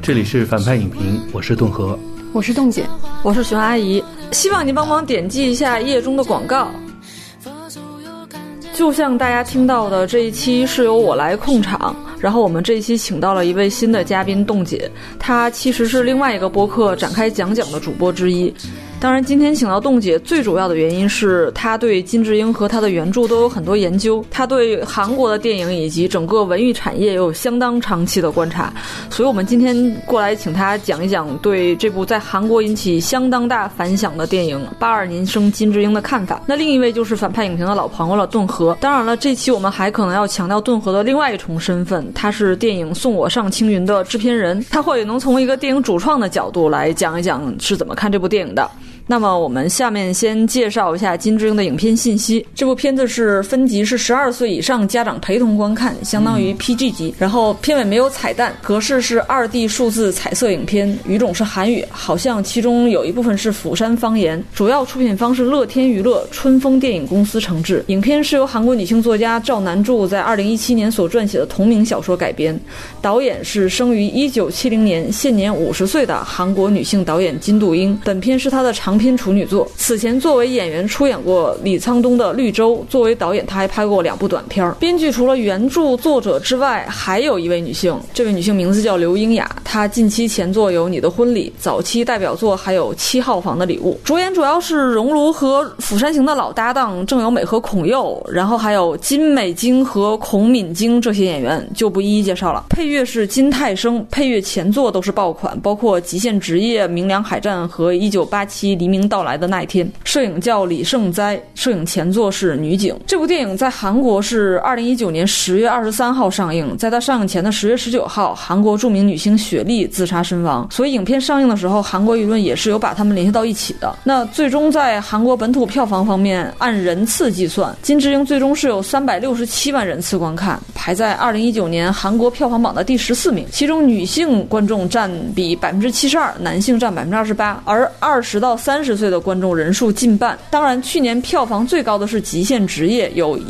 这里是反派影评，我是顿河， 我是冻姐， 我是熊阿姨。希望您帮忙点击一下页中的广告。就像大家听到的，这一期是由我来控场，然后我们这一期请到了一位新的嘉宾冻姐，她其实是另外一个播客展开讲讲的主播之一。当然今天请到冻姐最主要的原因是她对金智英和她的原著都有很多研究，她对韩国的电影以及整个文娱产业有相当长期的观察，所以我们今天过来请她讲一讲对这部在韩国引起相当大反响的电影82年生金智英的看法。那另一位就是反派影评的老朋友了，顿河。当然了，这期我们还可能要强调顿河的另外一重身份，他是电影送我上青云的制片人，他或许能从一个电影主创的角度来讲一讲是怎么看这部电影的。那么我们下面先介绍一下金智英的影片信息。这部片子是分级是12岁以上家长陪同观看，相当于 PG 级。然后片尾没有彩蛋，格式是2D 数字彩色影片，语种是韩语，好像其中有一部分是釜山方言。主要出品方是乐天娱乐、春风电影公司承制。影片是由韩国女性作家赵南柱在2017年所撰写的同名小说改编，导演是生于1970年现年50岁的韩国女性导演金度英。本片是她的长篇处女作，此前作为演员出演过李沧东的《绿洲》，作为导演他还拍过2部短片。编剧除了原著作者之外，还有一位女性，这位女性名字叫刘英雅，她近期前作有《你的婚礼》，早期代表作还有《7号房的礼物》。主演主要是熔炉和《釜山行》的老搭档郑有美和孔侑，然后还有金美京和孔敏京这些演员就不一一介绍了。配乐是金泰生，配乐前作都是爆款，包括《极限职业》、《明良海战》和1987黎明到来的那一天。摄影叫李胜哉，摄影前作是女警。这部电影在韩国是2019年10月23号上映，在它上映前的10月19号，韩国著名女星雪莉自杀身亡，所以影片上映的时候，韩国舆论也是有把他们联系到一起的。那最终在韩国本土票房方面，按人次计算，金智英最终是有367万人次观看，排在2019年韩国票房榜的第14名，其中女性观众占比72%，男性占28%，而20到30岁的观众人数近半。当然去年票房最高的是《极限职业》，有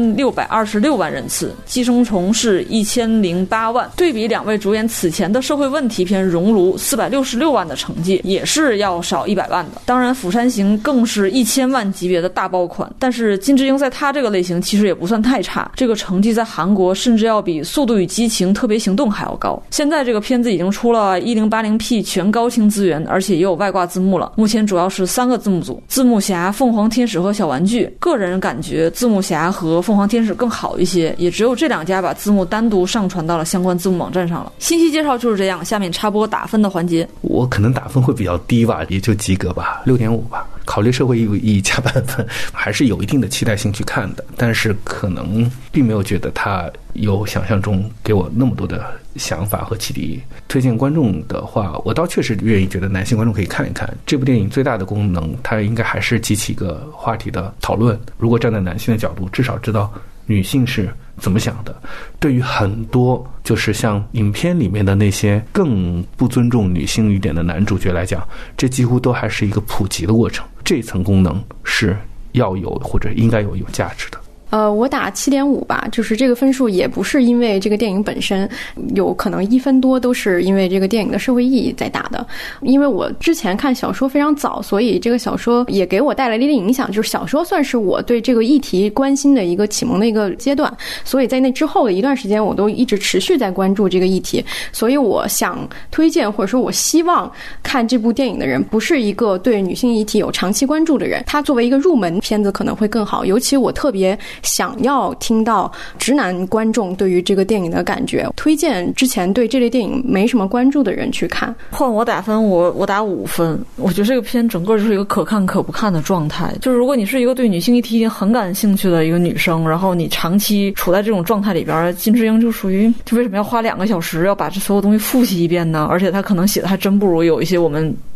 1626万人次，《寄生虫》是1008万。对比两位主演此前的社会问题片《熔炉》466万的成绩，也是要少100万的。当然《釜山行》更是1000万级别的大爆款，但是金智英在她这个类型其实也不算太差，这个成绩在韩国甚至要比《速度与激情：特别行动》还要高。现在这个片子已经出了 1080p 全高清资源，而且也有外挂字幕了，目前主要是3个字幕组，字幕侠、凤凰天使和小玩具。个人感觉字幕侠和凤凰天使更好一些，也只有这2家把字幕单独上传到了相关字幕网站上了。信息介绍就是这样，下面插播打分的环节。 我可能打分会比较低吧，也就及格吧，6.5吧。考虑社会意义加半分，还是有一定的期待性去看的，但是可能并没有觉得它有想象中给我那么多的想法和启迪。推荐观众的话，我倒确实愿意觉得男性观众可以看一看这部电影。最大的功能，它应该还是激起一个话题的讨论。如果站在男性的角度，至少知道女性是怎么想的。对于很多就是像影片里面的那些更不尊重女性一点的男主角来讲，这几乎都还是一个普及的过程。这层功能是要有或者应该有价值的。 我打7.5吧，就是这个分数也不是因为这个电影本身，有可能1分多都是因为这个电影的社会意义在打的。因为我之前看小说非常早，所以这个小说也给我带来了一定影响，就是小说算是我对这个议题关心的一个启蒙的一个阶段，所以在那之后的一段时间我都一直持续在关注这个议题。所以我想推荐或者说我希望看这部电影的人不是一个对女性议题有长期关注的人，他作为一个入门片子可能会更好。尤其我特别想要听到直男观众对于这个电影的感觉，推荐之前对这类电影没什么关注的人去看。 换我打分，我打5分。我觉得这个片整个就是一个可看可不看的状态，就是如果你是一个对女性议题很感兴趣的一个女生，然后你长期处在这种状态里边，金智英就属于就为什么要花2个小时要把这所有东西复习一遍呢？而且她可能写的还真不如有一些我们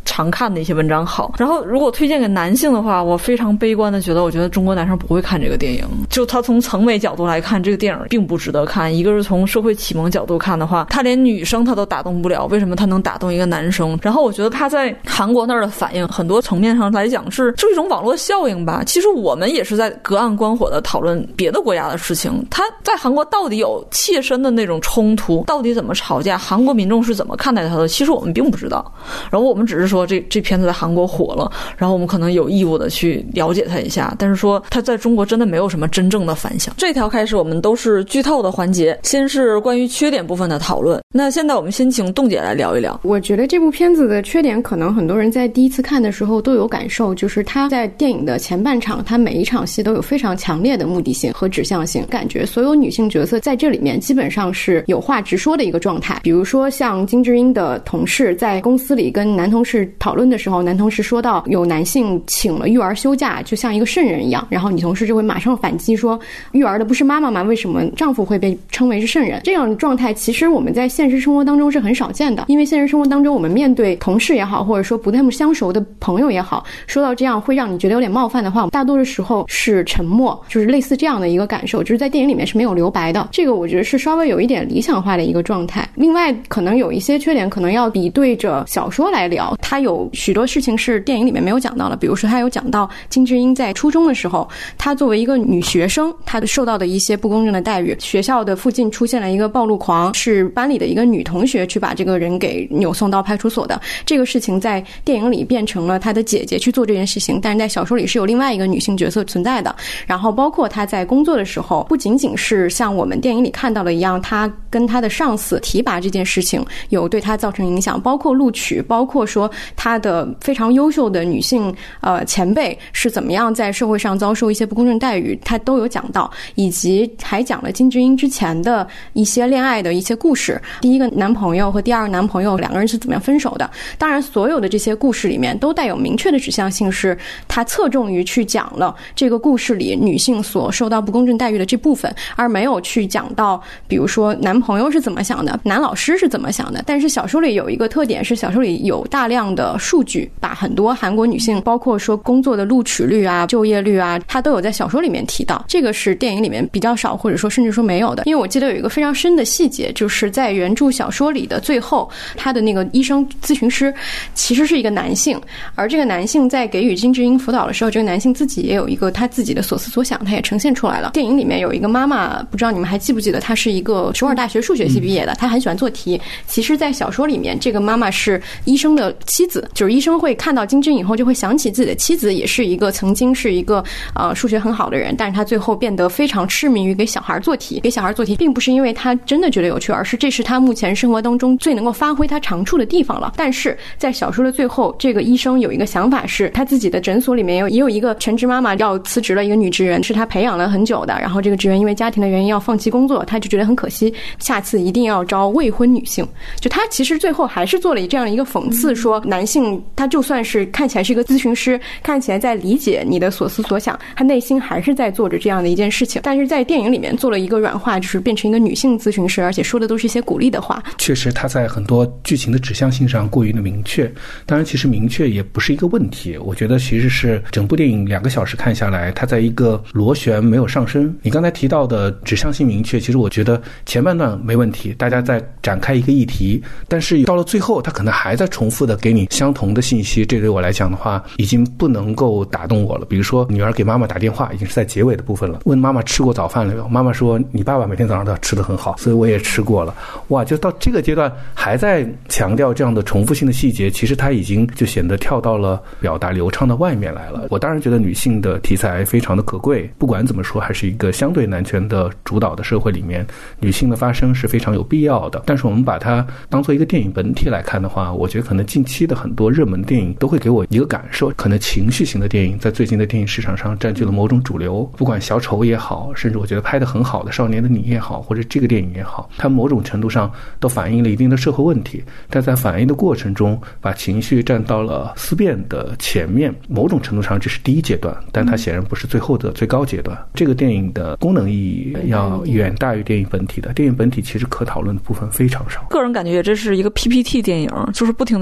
常看的一些文章好。然后如果推荐给男性的话，我非常悲观的觉得，我觉得中国男生不会看这个电影。就他从层美角度来看，这个电影并不值得看。一个是从社会启蒙角度看的话，他连女生他都打动不了，为什么他能打动一个男生？然后我觉得他在韩国那儿的反应，很多层面上来讲就是一种网络效应吧。其实我们也是在隔岸观火的讨论别的国家的事情，他在韩国到底有切身的那种冲突，到底怎么吵架，韩国民众是怎么看待他的，其实我们并不知道。然后我们只是说这片子在韩国火了，然后我们可能有义务的去了解他一下，但是说他在中国真的没有什么真正的反响。这条开始我们都是剧透的环节，先是关于缺点部分的讨论。那现在我们先请冻姐来聊一聊。 我觉得这部片子的缺点可能很多人在第一次看的时候都有感受，就是他在电影的前半场，他每一场戏都有非常强烈的目的性和指向性，感觉所有女性角色在这里面基本上是有话直说的一个状态。比如说像金智英的同事在公司里跟男同事讨论的时候，男同事说到有男性请了育儿休假就像一个圣人一样，然后女同事就会马上反击说，育儿的不是妈妈吗？为什么丈夫会被称为是圣人？这样的状态其实我们在现实生活当中是很少见的，因为现实生活当中我们面对同事也好，或者说不那么相熟的朋友也好，说到这样会让你觉得有点冒犯的话，大多的时候是沉默，就是类似这样的一个感受，就是在电影里面是没有留白的。这个我觉得是稍微有一点理想化的一个状态。另外可能有一些缺点可能要比对着小说来聊，它有许多事情是电影里面没有讲到的。比如说他有讲到金智英在初中的时候，她作为一个女学生，她受到的一些不公正的待遇，学校的附近出现了一个暴露狂，是班里的一个女同学去把这个人给扭送到派出所的。这个事情在电影里变成了她的姐姐去做这件事情，但是在小说里是有另外一个女性角色存在的。然后包括她在工作的时候，不仅仅是像我们电影里看到的一样，她跟她的上司提拔这件事情有对她造成影响，包括录取，包括说她的非常优秀的女性前辈是怎么样在社会上遭受一些不公正待遇，她都有讲到，以及还讲了金智英之前的一些恋爱的一些故事，第一个男朋友和第二个男朋友两个人是怎么样分手的。当然所有的这些故事里面都带有明确的指向性，是她侧重于去讲了这个故事里女性所受到不公正待遇的这部分，而没有去讲到比如说男朋友是怎么想的，男老师是怎么想的。但是小说里有一个特点是，小说里有大量的数据，把很多韩国女性包括说工作的录取率啊、就业率啊，它都有在小说里面提到，这个是电影里面比较少或者说甚至说没有的。因为我记得有一个非常深的细节，就是在原著小说里的最后，他的那个医生咨询师其实是一个男性，而这个男性在给予金智英辅导的时候，这个男性自己也有一个他自己的所思所想，他也呈现出来了。电影里面有一个妈妈，不知道你们还记不记得，她是一个首尔大学数学系毕业的，她很喜欢做题。其实在小说里面，这个妈妈是医生的妻子，就是医生会看到金智英以后就会想起自己的妻子也是一个曾经是一个数学很好的人，但是她最后变得非常痴迷于给小孩做题。给小孩做题并不是因为她真的觉得有趣，而是这是她目前生活当中最能够发挥她长处的地方了。但是在小说的最后，这个医生有一个想法，是他自己的诊所里面也有一个全职妈妈要辞职了，一个女职员是他培养了很久的，然后这个职员因为家庭的原因要放弃工作，他就觉得很可惜，下次一定要招未婚女性。就他其实最后还是做了这样一个讽刺，说男性他就算是看起来是一个咨询师，看起来在理解你的所思所想，他内心还是在做着这样的一件事情。但是在电影里面做了一个软化，就是变成一个女性咨询师，而且说的都是一些鼓励的话。 确实他在很多剧情的指向性上过于的明确，当然其实明确也不是一个问题，我觉得其实是整部电影2个小时看下来，它在一个螺旋没有上升。你刚才提到的指向性明确，其实我觉得前半段没问题，大家在展开一个议题，但是到了最后他可能还在重复的给你相同的信息，这对我来讲的话已经不能够打动我了。比如说女儿给妈妈打电话，已经是在结尾的部分了，问妈妈吃过早饭了没有，妈妈说你爸爸每天早上都要吃得很好，所以我也吃过了。哇，就到这个阶段还在强调这样的重复性的细节，其实它已经就显得跳到了表达流畅的外面来了。我当然觉得女性的题材非常的可贵，不管怎么说还是一个相对男权的主导的社会里面，女性的发声是非常有必要的。但是我们把它当做一个电影本体来看的话，我觉得可能近期的很多热门电影都会给我一个感受，可能情绪型的电影在最近的电影市场上占据了某种主流，不管小丑也好，甚至我觉得拍得很好的少年的你也好，或者这个电影也好，它某种程度上都反映了一定的社会问题，但在反映的过程中把情绪站到了思辨的前面，某种程度上这是第一阶段，但它显然不是最后的最高阶段。这个电影的功能意义要远大于电影本体的，电影本体其实可讨论的部分非常少。 个人感觉这是一个 PPT 电影，就是不停的前面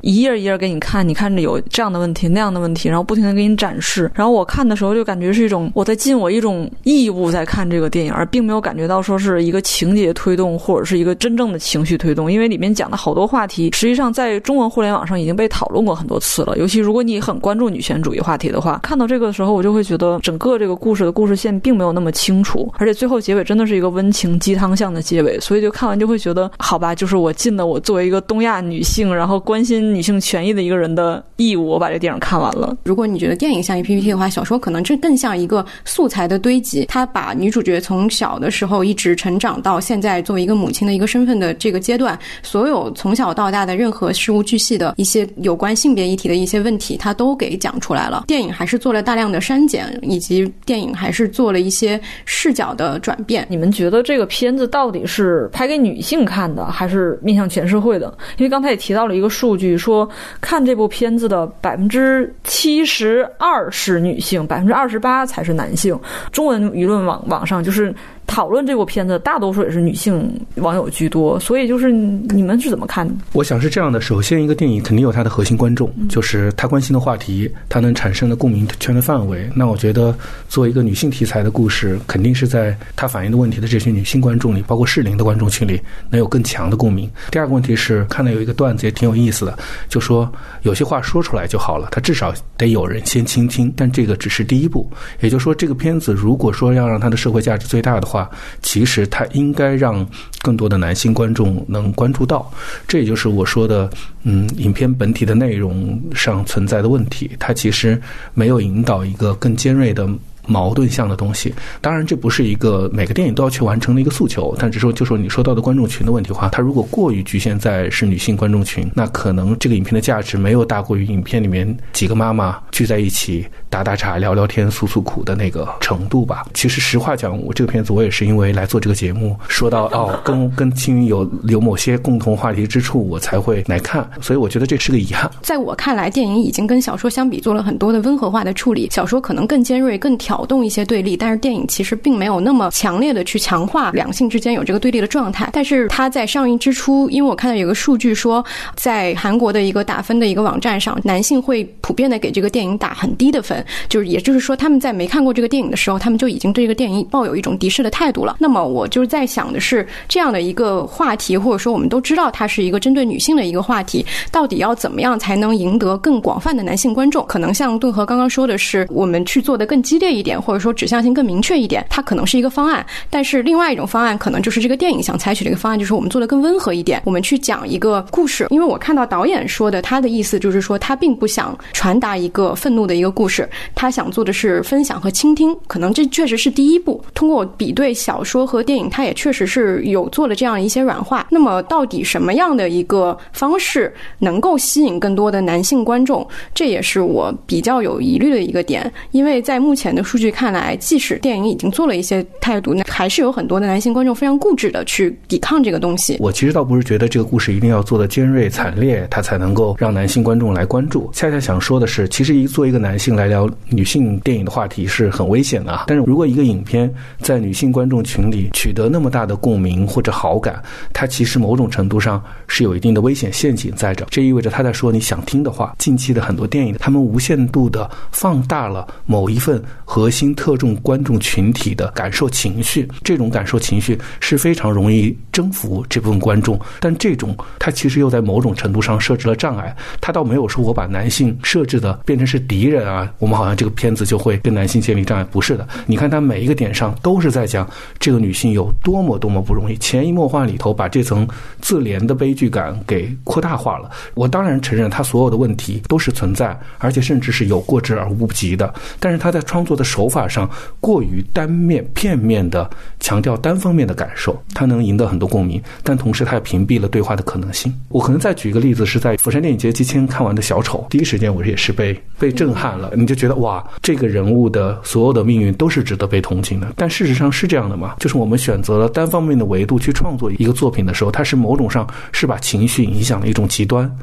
一页一页给你看，你看着有这样的问题那样的问题，然后不停的给你展示。然后我看的时候就感觉是一种我在尽我一种义务在看这个电影，而并没有感觉到说是一个情节推动或者是一个真正的情绪推动。因为里面讲的好多话题实际上在中文互联网上已经被讨论过很多次了，尤其如果你很关注女权主义话题的话，看到这个的时候我就会觉得整个这个故事的故事线并没有那么清楚，而且最后结尾真的是一个温情鸡汤向的结尾，所以就看完就会觉得好吧，就是我尽了我作为一个东亚女性然后关心女性权益的一个人的义务，我把这电影看完了。 如果你觉得电影像一 PPT 的话，小说可能这更像一个素材的堆积，它把女主角从小的时候一直成长到现在作为一个母亲的一个身份的这个阶段，所有从小到大的任何事无巨细的一些有关性别议题的一些问题它都给讲出来了。电影还是做了大量的删减，以及电影还是做了一些视角的转变。 你们觉得这个片子到底是拍给女性看的还是面向全社会的？因为刚才也提到了一个数据，说看这部片子的72%是女性，28%才是男性。中文舆论网上就是讨论这部片子大多数也是女性网友居多，所以就是你们是怎么看？ 我想是这样的，首先一个电影肯定有它的核心观众，就是他关心的话题，他能产生的共鸣圈的范围。那我觉得作为一个女性题材的故事，肯定是在他反映的问题的这些女性观众里，包括适龄的观众群里能有更强的共鸣。第二个问题是看到有一个段子也挺有意思的，就说有些话说出来就好了，他至少得有人先倾听，但这个只是第一步。也就是说这个片子如果说要让它的社会价值最大的话，其实它应该让更多的男性观众能关注到。这也就是我说的影片本体的内容上存在的问题，它其实没有引导一个更尖锐的矛盾向的东西。当然这不是一个每个电影都要去完成的一个诉求，但只是就说你说到的观众群的问题的话，它如果过于局限在是女性观众群，那可能这个影片的价值没有大过于影片里面几个妈妈聚在一起打打茶聊聊天诉诉苦的那个程度吧。其实实话讲，我这个片子我也是因为来做这个节目说到跟青云有某些共同话题之处我才会来看，所以我觉得这是个遗憾。 在我看来电影已经跟小说相比做了很多的温和化的处理，小说可能更尖锐更挑动一些对立，但是电影其实并没有那么强烈的去强化两性之间有这个对立的状态。但是它在上映之初，因为我看到有个数据说在韩国的一个打分的一个网站上，男性会普遍的给这个电影打很低的分，也就是说他们在没看过这个电影的时候，他们就已经对这个电影抱有一种敌视的态度了。那么我就在想的是，这样的一个话题，或者说我们都知道它是一个针对女性的一个话题，到底要怎么样才能赢得更广泛的男性观众？可能像顿河刚刚说的是，我们去做的更激烈一点，或者说指向性更明确一点，它可能是一个方案。但是另外一种方案可能就是这个电影想采取的一个方案，就是我们做的更温和一点，我们去讲一个故事。因为我看到导演说的，他的意思就是说他并不想传达一个愤怒的一个故事，他想做的是分享和倾听，可能这确实是第一步。通过比对小说和电影，他也确实是有做了这样一些软化。那么到底什么样的一个方式能够吸引更多的男性观众，这也是我比较有疑虑的一个点。因为在目前的数据看来，即使电影已经做了一些态度，还是有很多的男性观众非常固执的去抵抗这个东西。 我其实倒不是觉得这个故事一定要做的尖锐惨烈，它才能够让男性观众来关注。恰恰想说的是，其实做一个男性来聊女性电影的话题是很危险的啊。但是如果一个影片在女性观众群里取得那么大的共鸣或者好感，它其实某种程度上是有一定的危险陷阱在这。这意味着他在说你想听的话。近期的很多电影，他们无限度的放大了某一份核心特重观众群体的感受情绪，这种感受情绪是非常容易征服这部分观众，但这种它其实又在某种程度上设置了障碍。他倒没有说我把男性设置的变成是敌人啊，我们好像这个片子就会跟男性建立障碍，不是的。你看他每一个点上都是在讲这个女性有多么多么不容易，潜移默化里头把这层自怜的悲剧感给扩大化了。我当然承认他所有的问题都是存在，而且甚至是有过之而无不及的，但是他在创作的手法上过于单面片面的强调单方面的感受，他能赢得很多共鸣，但同时他也屏蔽了对话的可能性。我可能再举一个例子，是在釜山电影节期间看完的小丑，第一时间我也是被震撼了。你就觉得哇，这个人物的所有的命运都是值得被同情的。但事实上是这样的吗？就是我们选择了单方面的维度去创作一个作品的时候，它是某种上是把情绪影响了一种极端，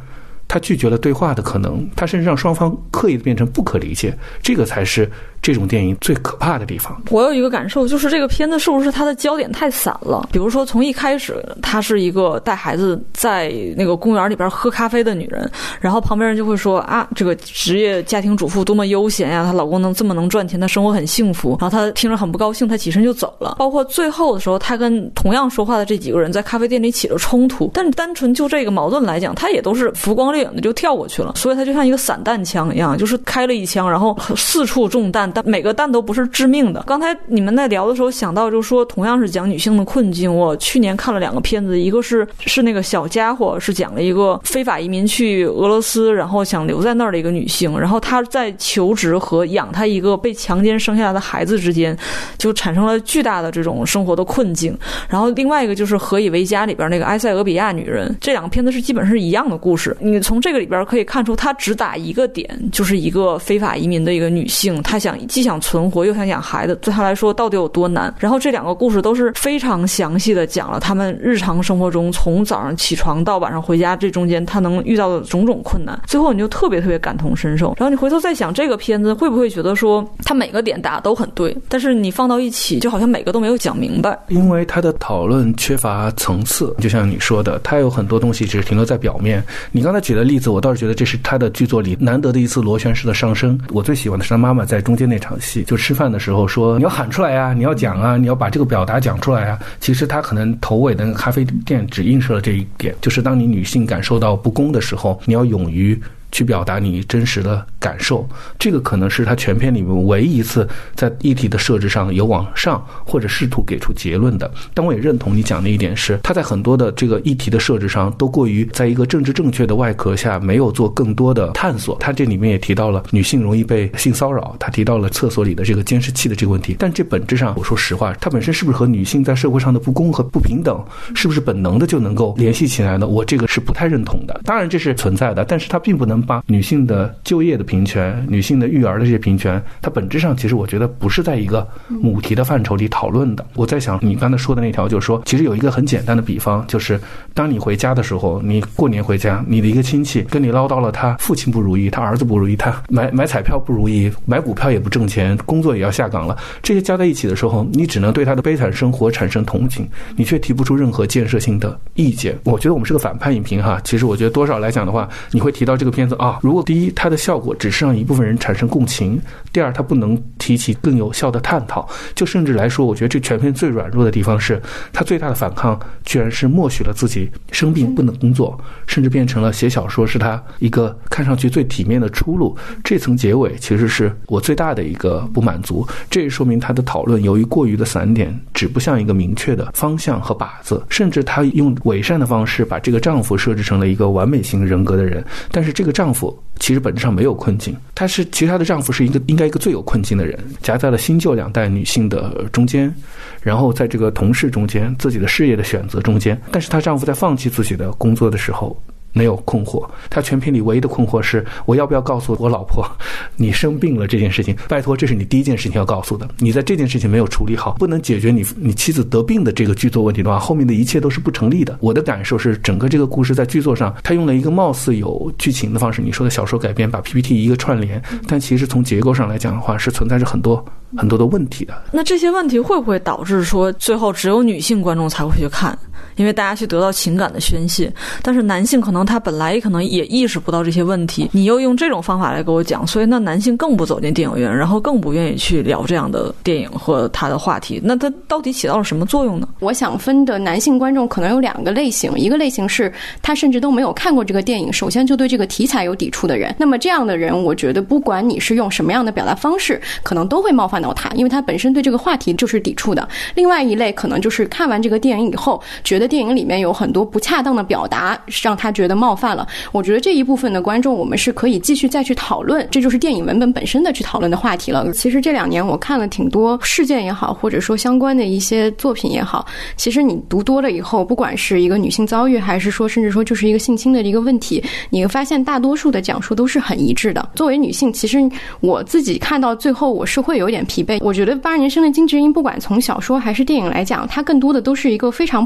他拒绝了对话的可能，他甚至让双方刻意的变成不可理解，这个才是这种电影最可怕的地方。 我有一个感受，就是这个片子是不是它的焦点太散了？比如说从一开始，她是一个带孩子在那个公园里边喝咖啡的女人，然后旁边人就会说啊，这个职业家庭主妇多么悠闲呀，她老公这么能赚钱，她生活很幸福。然后她听着很不高兴，她起身就走了。包括最后的时候，她跟同样说话的这几个人在咖啡店里起了冲突，但是单纯就这个矛盾来讲，她也都是浮光掠影的就跳过去了。所以她就像一个散弹枪一样，就是开了一枪，然后四处中弹，但每个弹都不是致命的。刚才你们在聊的时候想到，就说同样是讲女性的困境，我去年看了2个片子，一个是那个小家伙，是讲了一个非法移民去俄罗斯，然后想留在那儿的一个女性，然后她在求职和养她一个被强奸生下来的孩子之间，就产生了巨大的这种生活的困境。然后另外一个就是《何以为家》里边那个埃塞俄比亚女人，这2个片子是基本是一样的故事。你从这个里边可以看出，她只打一个点，就是一个非法移民的一个女性，她既想存活又想养孩子，对她来说到底有多难。然后这2个故事都是非常详细的讲了他们日常生活中从早上起床到晚上回家这中间她能遇到的种种困难，最后你就特别特别感同身受。然后你回头再想这个片子，会不会觉得说他每个点打的都很对，但是你放到一起就好像每个都没有讲明白？ 因为他的讨论缺乏层次，就像你说的，他有很多东西只是停留在表面。你刚才举的例子，我倒是觉得这是他的剧作里难得的一次螺旋式的上升。我最喜欢的是他妈妈在中间那场戏，就吃饭的时候说你要喊出来啊，你要讲啊，你要把这个表达讲出来啊。其实他可能头尾的那个咖啡店只映射了这一点，就是当你女性感受到不公的时候，你要勇于去表达你真实的感受。这个可能是他全片里面唯一一次在议题的设置上有往上或者试图给出结论的。但我也认同你讲的一点是，他在很多的这个议题的设置上都过于在一个政治正确的外壳下没有做更多的探索。他这里面也提到了女性容易被性骚扰，他提到了厕所里的这个监视器的这个问题，但这本质上我说实话，它本身是不是和女性在社会上的不公和不平等是不是本能的就能够联系起来呢？我这个是不太认同的。当然这是存在的，但是它并不能把女性的就业的平权、女性的育儿的这些平权，它本质上其实我觉得不是在一个母题的范畴里讨论的。我在想你刚才说的那条，就是说其实有一个很简单的比方，就是当你回家的时候，你过年回家，你的一个亲戚跟你唠叨了他父亲不如意，他儿子不如意，他买彩票不如意，买股票也不挣钱，工作也要下岗了，这些加在一起的时候，你只能对他的悲惨生活产生同情，你却提不出任何建设性的意见。我觉得我们是个反派影评哈，其实我觉得多少来讲的话，你会提到这个片子啊，如果第一它的效果只是让一部分人产生共情，第二它不能提起更有效的探讨，就甚至来说我觉得这全片最软弱的地方是它最大的反抗居然是默许了自己生病不能工作，甚至变成了写小说是他一个看上去最体面的出路。这层结尾其实是我最大的一个不满足，这也说明他的讨论由于过于的散点，指不向一个明确的方向和靶子，甚至他用伪善的方式把这个丈夫设置成了一个完美型人格的人，但是这个丈夫其实本质上没有困境，其实他的丈夫是应该一个最有困境的人，夹在了新旧2代女性的中间，然后在这个同事中间，自己的事业的选择中间，但是她丈夫在放弃自己的工作的时候没有困惑，他全片里唯一的困惑是我要不要告诉我老婆你生病了这件事情，拜托这是你第一件事情要告诉的，你在这件事情没有处理好，不能解决你妻子得病的这个剧作问题的话，后面的一切都是不成立的。我的感受是整个这个故事在剧作上他用了一个貌似有剧情的方式，你说的小说改编把 PPT 一个串联，但其实从结构上来讲的话是存在着很多很多的问题的。 那这些问题会不会导致说最后只有女性观众才会去看，因为大家去得到情感的宣泄，但是男性可能他本来可能也意识不到这些问题，你又用这种方法来给我讲，所以那男性更不走进电影院，然后更不愿意去聊这样的电影和他的话题，那他到底起到了什么作用呢？ 我想分的男性观众可能有2个类型，一个类型是他甚至都没有看过这个电影，首先就对这个题材有抵触的人，那么这样的人我觉得不管你是用什么样的表达方式，可能都会冒犯到他，因为他本身对这个话题就是抵触的。另外一类可能就是看完这个电影以后，觉得电影里面有很多不恰当的表达让他觉得冒犯了，我觉得这一部分的观众我们是可以继续再去讨论，这就是电影文本本身的去讨论的话题了。其实这2年我看了挺多事件也好，或者说相关的一些作品也好，其实你读多了以后，不管是一个女性遭遇，还是说甚至说就是一个性侵的一个问题，你会发现大多数的讲述都是很一致的。作为女性，其实我自己看到最后我是会有点疲惫。我觉得82年生的金智英不管从小说还是电影来讲，它更多的都是一个非常普通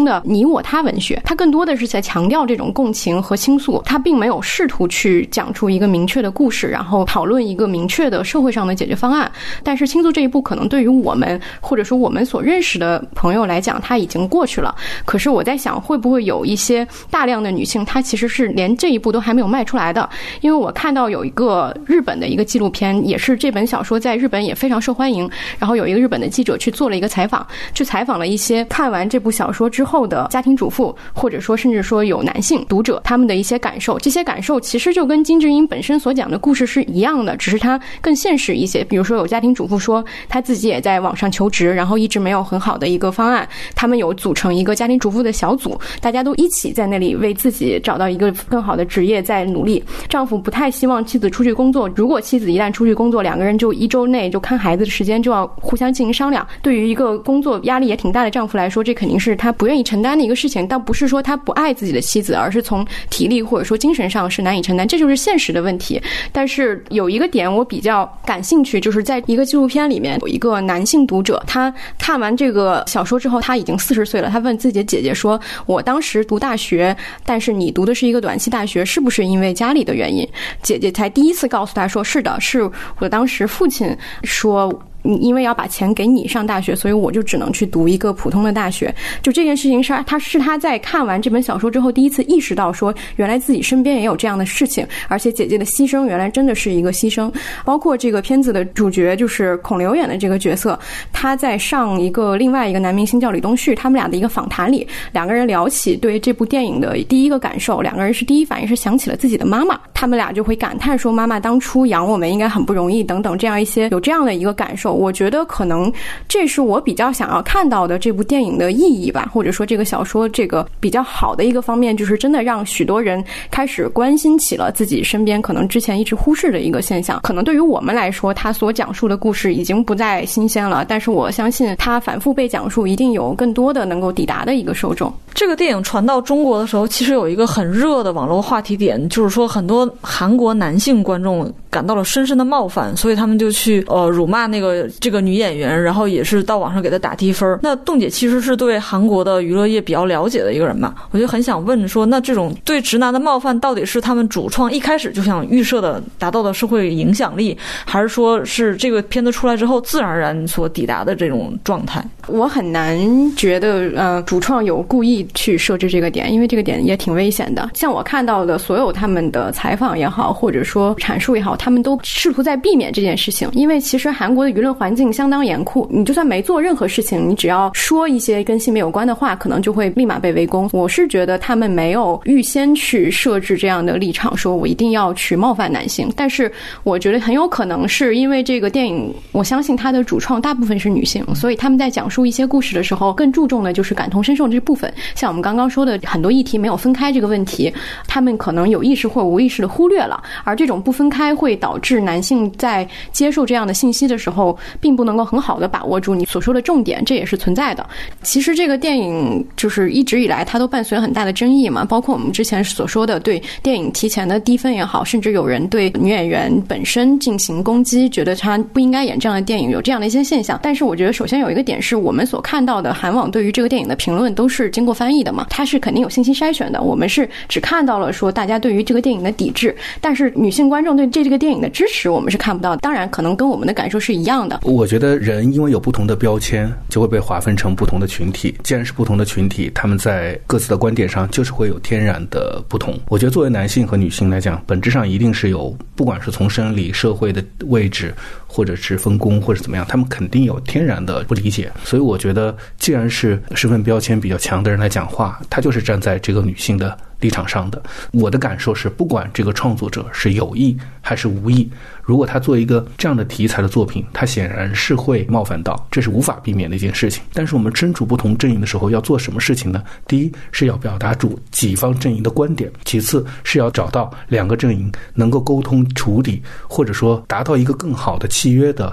的你我他文学，它更多的是在强调这种共情和倾诉，它并没有试图去讲出一个明确的故事，然后讨论一个明确的社会上的解决方案。但是倾诉这一步可能对于我们或者说我们所认识的朋友来讲，它已经过去了。可是我在想，会不会有一些大量的女性，她其实是连这一步都还没有迈出来的。因为我看到有一个日本的一个纪录片，也是这本小说在日本也非常受欢迎，然后有一个日本的记者去做了一个采访，去采访了一些看完这部小说之后的家庭主妇，或者说甚至说有男性读者，他们的一些感受。这些感受其实就跟金智英本身所讲的故事是一样的，只是它更现实一些。比如说有家庭主妇说她自己也在网上求职，然后一直没有很好的一个方案，他们有组成一个家庭主妇的小组，大家都一起在那里为自己找到一个更好的职业在努力。丈夫不太希望妻子出去工作，如果妻子一旦出去工作，两个人就1周内就看孩子的时间就要互相进行商量。对于一个工作压力也挺大的丈夫来说，这肯定是他不愿意承担的一个事情。倒不是说他不爱自己的妻子，而是从体力或者说精神上是难以承担，这就是现实的问题。但是有一个点我比较感兴趣，就是在一个纪录片里面有一个男性读者，他看完这个小说之后，他已经40岁了，他问自己的姐姐说，我当时读大学，但是你读的是一个短期大学，是不是因为家里的原因？姐姐才第一次告诉他说，是的，是我当时父亲说因为要把钱给你上大学，所以我就只能去读一个普通的大学。就这件事情是他在看完这本小说之后第一次意识到说，原来自己身边也有这样的事情，而且姐姐的牺牲原来真的是一个牺牲。包括这个片子的主角就是孔刘演的这个角色，他在上另外一个男明星叫李东旭，他们俩的一个访谈里，两个人聊起对这部电影的第一个感受，两个人是第一反应是想起了自己的妈妈，他们俩就会感叹说，妈妈当初养我们应该很不容易等等，这样一些有这样的一个感受。我觉得可能这是我比较想要看到的这部电影的意义吧，或者说这个小说这个比较好的一个方面，就是真的让许多人开始关心起了自己身边可能之前一直忽视的一个现象。可能对于我们来说，他所讲述的故事已经不再新鲜了，但是我相信他反复被讲述，一定有更多的能够抵达的一个受众。 这个电影传到中国的时候，其实有一个很热的网络话题点，就是说很多韩国男性观众感到了深深的冒犯，所以他们就去辱骂这个女演员，然后也是到网上给她打低分。那洞姐其实是对韩国的娱乐业比较了解的一个人嘛，我就很想问说，那这种对直男的冒犯到底是他们主创一开始就想预设的达到的社会影响力，还是说是这个片子出来之后自然而然所抵达的这种状态？ 我很难觉得主创有故意去设置这个点，因为这个点也挺危险的。像我看到的所有他们的采访也好，或者说阐述也好，他们都试图在避免这件事情。因为其实韩国的舆论环境相当严酷，你就算没做任何事情，你只要说一些跟性别有关的话，可能就会立马被围攻。我是觉得他们没有预先去设置这样的立场，说我一定要去冒犯男性。但是我觉得很有可能是因为这个电影，我相信它的主创大部分是女性，所以他们在讲述一些故事的时候更注重的就是感同身受这部分。像我们刚刚说的很多议题没有分开这个问题，他们可能有意识或无意识的忽略了，而这种不分开会导致男性在接受这样的信息的时候并不能够很好的把握住你所说的重点，这也是存在的。其实这个电影就是一直以来它都伴随了很大的争议嘛，包括我们之前所说的对电影提前的低分也好，甚至有人对女演员本身进行攻击，觉得她不应该演这样的电影，有这样的一些现象。但是我觉得首先有一个点是，我们所看到的韩网对于这个电影的评论都是经过翻译的嘛，它是肯定有信息筛选的，我们是只看到了说大家对于这个电影的抵制，但是女性观众对这个电影的支持我们是看不到的。当然可能跟我们的感受是一样的。 我觉得人因为有不同的标签，就会被划分成不同的群体，既然是不同的群体，他们在各自的观点上就是会有天然的不同。我觉得作为男性和女性来讲，本质上一定是有，不管是从生理社会的位置或者是分工或者怎么样，他们肯定有天然的不理解。所以我觉得既然是身份标签比较强的人来讲话，他就是站在这个女性的立场上的。我的感受是，不管这个创作者是有意还是无意，如果他做一个这样的题材的作品，他显然是会冒犯到，这是无法避免的一件事情。但是我们身处不同阵营的时候要做什么事情呢？第一是要表达出己方阵营的观点，其次是要找到两个阵营能够沟通处理，或者说达到一个更好的契约的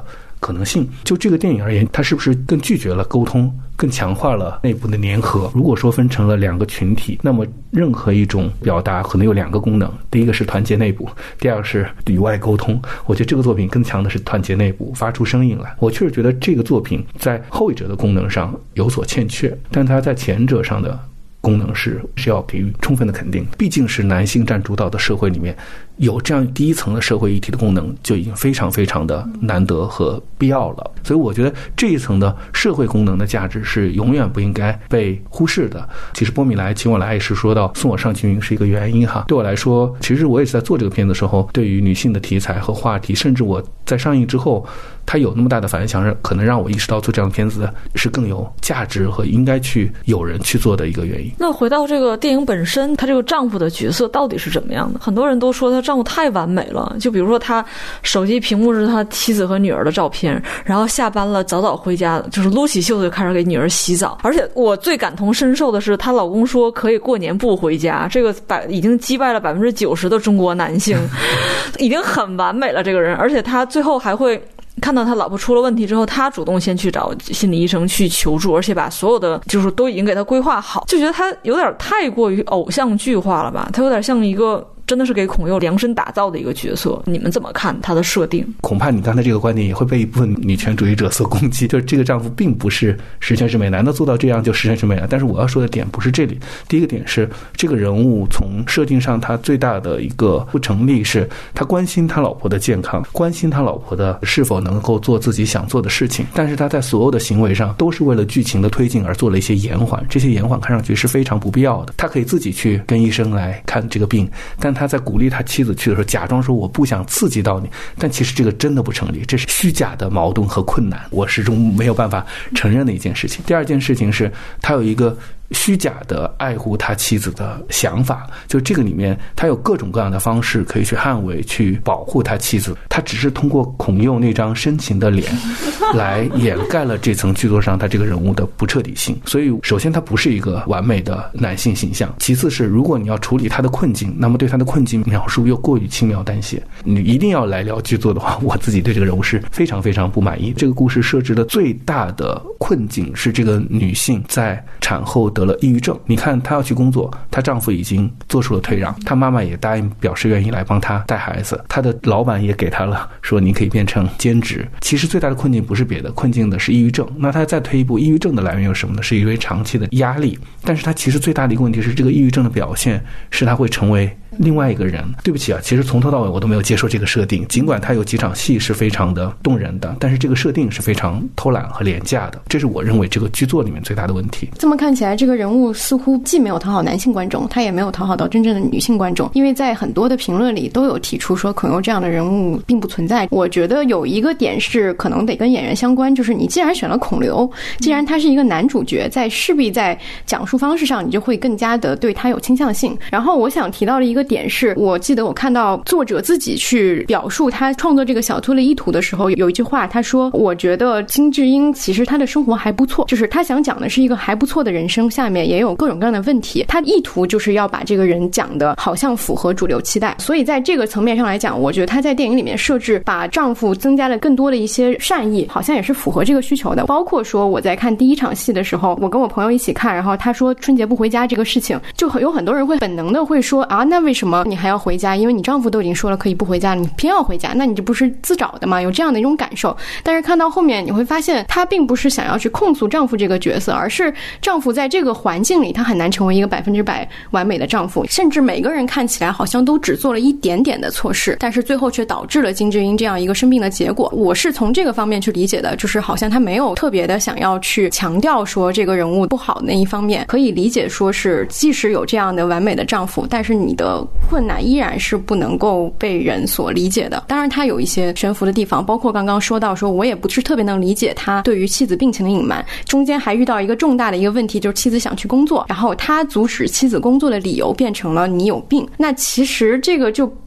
可能性。就这个电影而言，它是不是更拒绝了沟通，更强化了内部的粘合？如果说分成了两个群体，那么任何一种表达可能有两个功能，第一个是团结内部，第二个是与外沟通。我觉得这个作品更强的是团结内部，发出声音来。我确实觉得这个作品在后一者的功能上有所欠缺，但它在前者上的功能是要给予充分的肯定。毕竟是男性占主导的社会里面，有这样第一层的社会议题的功能就已经非常非常的难得和必要了。所以我觉得这一层的社会功能的价值是永远不应该被忽视的。其实波米莱请我来也是说到送我上青云是一个原因哈。对我来说，其实我也是在做这个片子的时候，对于女性的题材和话题，甚至我在上映之后它有那么大的反响，可能让我意识到做这样的片子是更有价值和应该去有人去做的一个原因。 那回到这个电影本身，她这个丈夫的角色到底是怎么样的？很多人都说她丈夫太完美了，就比如说她手机屏幕是她妻子和女儿的照片，然后下班了早早回家，就是撸起袖子就开始给女儿洗澡。而且我最感同身受的是，她老公说可以过年不回家，这个已经击败了90%的中国男性，已经很完美了这个人。而且他最后还会看到他老婆出了问题之后，他主动先去找心理医生去求助，而且把所有的就是都已经给他规划好，就觉得他有点太过于偶像剧化了吧，他有点像一个真的是给孔侑量身打造的一个角色。你们怎么看他的设定？ 恐怕你刚才这个观点也会被一部分女权主义者所攻击，就是这个丈夫并不是十全十美，难道做到这样就十全十美了？但是我要说的点不是这里。第一个点是，这个人物从设定上他最大的一个不成立是，他关心他老婆的健康，关心他老婆的是否能够做自己想做的事情，但是他在所有的行为上都是为了剧情的推进而做了一些延缓，这些延缓看上去是非常不必要的。他可以自己去跟医生来看这个病，但他在鼓励他妻子去的时候假装说我不想刺激到你，但其实这个真的不成立，这是虚假的矛盾和困难，我始终没有办法承认的一件事情。第二件事情是，他有一个虚假的爱护他妻子的想法，就这个里面他有各种各样的方式可以去捍卫去保护他妻子，他只是通过孔侑那张深情的脸来掩盖了这层剧作上他这个人物的不彻底性。所以首先他不是一个完美的男性形象，其次是如果你要处理他的困境，那么对他的困境描述又过于轻描淡写，你一定要来聊剧作的话，我自己对这个人物是非常非常不满意。这个故事设置的最大的困境是这个女性在产后得了抑郁症。你看她要去工作，她丈夫已经做出了退让，她妈妈也答应表示愿意来帮她带孩子，她的老板也给她了说你可以变成兼职。其实最大的困境不是别的，困境的是抑郁症。那她再退一步，抑郁症的来源有什么呢？是因为长期的压力。但是她其实最大的一个问题是，这个抑郁症的表现是她会成为另外一个人。对不起啊，其实从头到尾我都没有接受这个设定，尽管它有几场戏是非常的动人的，但是这个设定是非常偷懒和廉价的，这是我认为这个剧作里面最大的问题。 这么看起来，这个人物似乎既没有讨好男性观众，他也没有讨好到真正的女性观众，因为在很多的评论里都有提出说孔侑这样的人物并不存在。我觉得有一个点是可能得跟演员相关，就是你既然选了孔刘，既然他是一个男主角，势必在讲述方式上你就会更加的对他有倾向性。然后我想提到的一个点是，我记得我看到作者自己去表述他创作这个小兔的意图的时候，有一句话他说，我觉得金智英其实他的生活还不错，就是他想讲的是一个还不错的人生，下面也有各种各样的问题，他意图就是要把这个人讲的好像符合主流期待。所以在这个层面上来讲，我觉得他在电影里面设置把丈夫增加了更多的一些善意，好像也是符合这个需求的。包括说我在看第一场戏的时候，我跟我朋友一起看，然后他说春节不回家这个事情，就有很多人会本能的会说啊，那为什么你还要回家？因为你丈夫都已经说了可以不回家，你偏要回家，那你这不是自找的吗？有这样的一种感受。但是看到后面你会发现，她并不是想要去控诉丈夫这个角色，而是丈夫在这个环境里他很难成为一个100%完美的丈夫，甚至每个人看起来好像都只做了一点点的错事，但是最后却导致了金智英这样一个生病的结果。我是从这个方面去理解的，就是好像他没有特别的想要去强调说这个人物不好的那一方面，可以理解说是即使有这样的完美的丈夫，但是你的困难依然是不能够被人所理解的。当然他有一些悬浮的地方，包括刚刚说到说我也不是特别能理解他对于妻子病情的隐瞒，中间还遇到一个重大的一个问题，就是妻子想去工作，然后他阻止妻子工作的理由变成了你有病。那其实这个就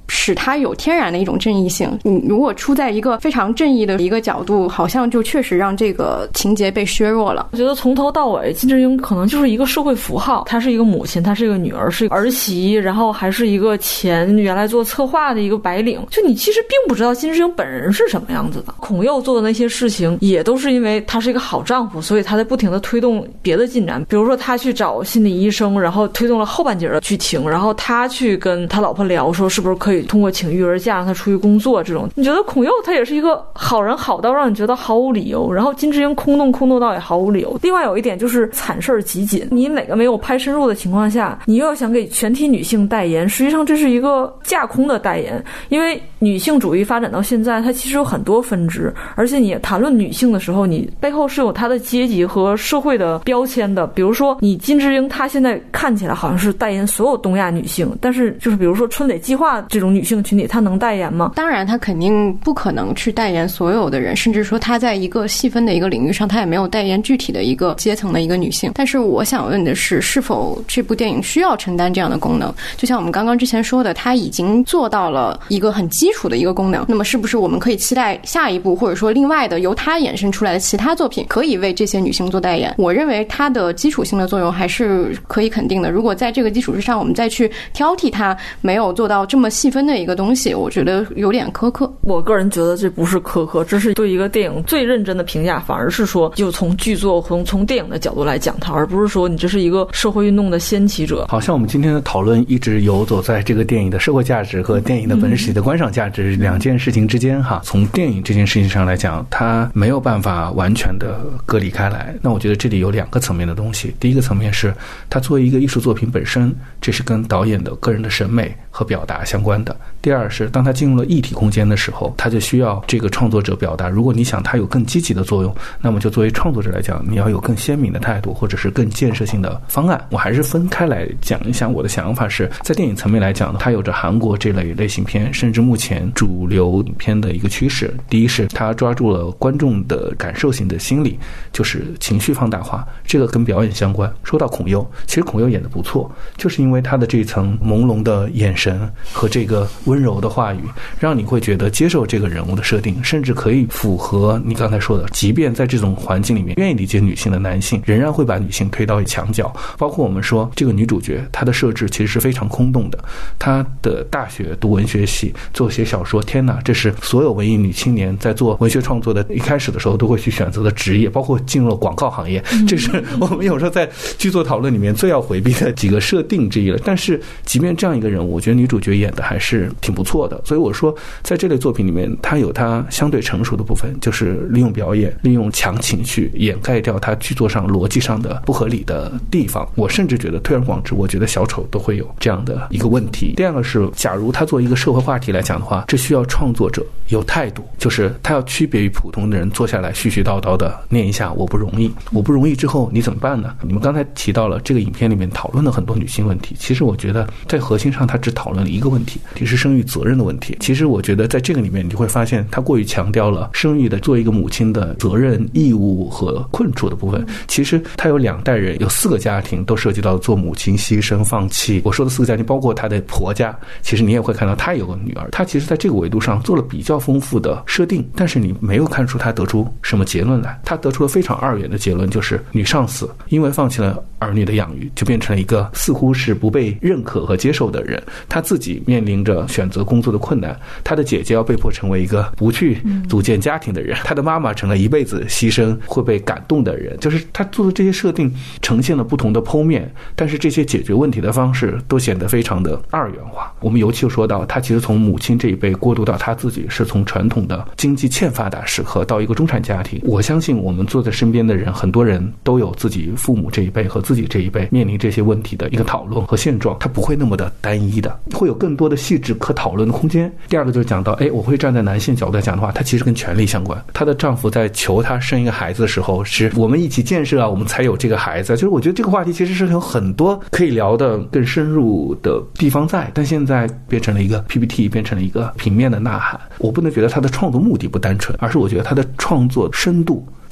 使它有天然的一种正义性。你如果出在一个非常正义的一个角度，好像就确实让这个情节被削弱了。 我觉得从头到尾金智英可能就是一个社会符号，她是一个母亲，她是一个女儿，是一个儿媳，然后还是一个原来做策划的一个白领，就你其实并不知道金智英本人是什么样子的。孔佑做的那些事情也都是因为他是一个好丈夫，所以他在不停的推动别的进展，比如说他去找心理医生，然后推动了后半截的剧情，然后他去跟他老婆聊说是不是可以通过请育儿假让他出去工作，这种你觉得孔佑他也是一个好人，好到让你觉得毫无理由，然后金智英空洞到也毫无理由。另外有一点就是惨事儿极紧，你哪个没有拍深入的情况下，你又要想给全体女性代言，实际上这是一个架空的代言，因为女性主义发展到现在它其实有很多分支，而且你谈论女性的时候，你背后是有她的阶级和社会的标签的。比如说你金智英她现在看起来好像是代言所有东亚女性，但是就是比如说春蕾计划这种女性群体她能代言吗？ 当然她肯定不可能去代言所有的人，甚至说她在一个细分的一个领域上她也没有代言具体的一个阶层的一个女性。但是我想问的是，是否这部电影需要承担这样的功能？就像我们刚刚之前说的，它已经做到了一个很基础的一个功能，那么是不是我们可以期待下一步，或者说另外的由它衍生出来的其他作品可以为这些女性做代言？我认为它的基础性的作用还是可以肯定的。如果在这个基础之上我们再去挑剔它没有做到这么细分的一个东西，我觉得有点苛刻。 我个人觉得这不是苛刻，这是对一个电影最认真的评价，反而是说就从剧作从电影的角度来讲它，而不是说你这是一个社会运动的掀起者。 好像我们今天的讨论一直游走在这个电影的社会价值和电影的本体的观赏价值两件事情之间哈。从电影这件事情上来讲，它没有办法完全的割离开来。那我觉得这里有两个层面的东西。第一个层面是它作为一个艺术作品本身，这是跟导演的个人的审美和表达相关的。第二是当它进入了议题空间的时候，它就需要这个创作者表达，如果你想它有更积极的作用，那么就作为创作者来讲，你要有更鲜明的态度或者是更建设性的方案。我还是分开来讲一下我的想法，是在电影层面来讲，它有着韩国这类型片甚至目前主流影片的一个趋势。第一是它抓住了观众的感受性的心理，就是情绪放大化，这个跟表演相关。说到孔佑，其实孔佑演得不错，就是因为他的这层朦胧的眼神和这个温柔的话语，让你会觉得接受这个人物的设定，甚至可以符合你刚才说的，即便在这种环境里面愿意理解女性的男性仍然会把女性推到墙角。包括我们说这个女主角她的设置其实是非常空洞的，她的大学读文学系做写小说，天哪，这是所有文艺女青年在做文学创作的一开始的时候都会去选择的职业，包括进入了广告行业，这是我们有时候在剧作讨论里面最要回避的几个设定之一了。但是即便这样一个人物，我觉得女主角演的还是挺不错的。所以我说在这类作品里面，她有她相对成熟的部分，就是利用表演利用强情绪掩盖掉她剧作上逻辑上的不合理的地方。我甚至觉得推而广之，我觉得小丑都会有这样的一个问题。第二个是假如他做一个社会话题来讲的话，这需要创作者有态度，就是他要区别于普通的人坐下来絮絮叨叨的念一下我不容易，我不容易之后你怎么办呢？你们刚才提到了这个影片里面讨论了很多女性问题，其实我觉得在核心上他只讨论了一个问题，就是生育责任的问题。其实我觉得在这个里面你就会发现他过于强调了生育的作为一个母亲的责任义务和困处的部分。其实他有2代人，有4个家庭都涉及到做母亲牺牲放弃。我说的4个家庭包括他的婆家，其实你也会看到他有个女儿，他其实在这个维度上做了比较丰富的设定，但是你没有看出他得出什么结论来。他得出了非常二元的结论，就是女上司因为放弃了儿女的养育，就变成了一个似乎是不被认可和接受的人，他自己面临着选择工作的困难，他的姐姐要被迫成为一个不去组建家庭的人，他的妈妈成了一辈子牺牲会被感动的人。就是他做的这些设定呈现了不同的剖面，但是这些解决问题的方式都显得非常的二元化。我们尤其说到他其实从母亲这一辈过渡到他自己是从传统的经济欠发达时刻到一个中产家庭。我相信我们坐在身边的人，很多人都有自己父母这一辈和自己这一辈面临这些问题的一个讨论和现状，它不会那么的单一的，会有更多的细致可讨论的空间。第二个就是讲到我会站在男性角度来讲的话，它其实跟权力相关。她的丈夫在求她生一个孩子的时候，是我们一起建设啊，我们才有这个孩子。就是我觉得这个话题其实是有很多可以聊的更深入的地方在，但现在变成了一个 PPT， 变成了一个平面的呐喊。我不能觉得他的创作目的不单纯，而是我觉得他的创作深度，他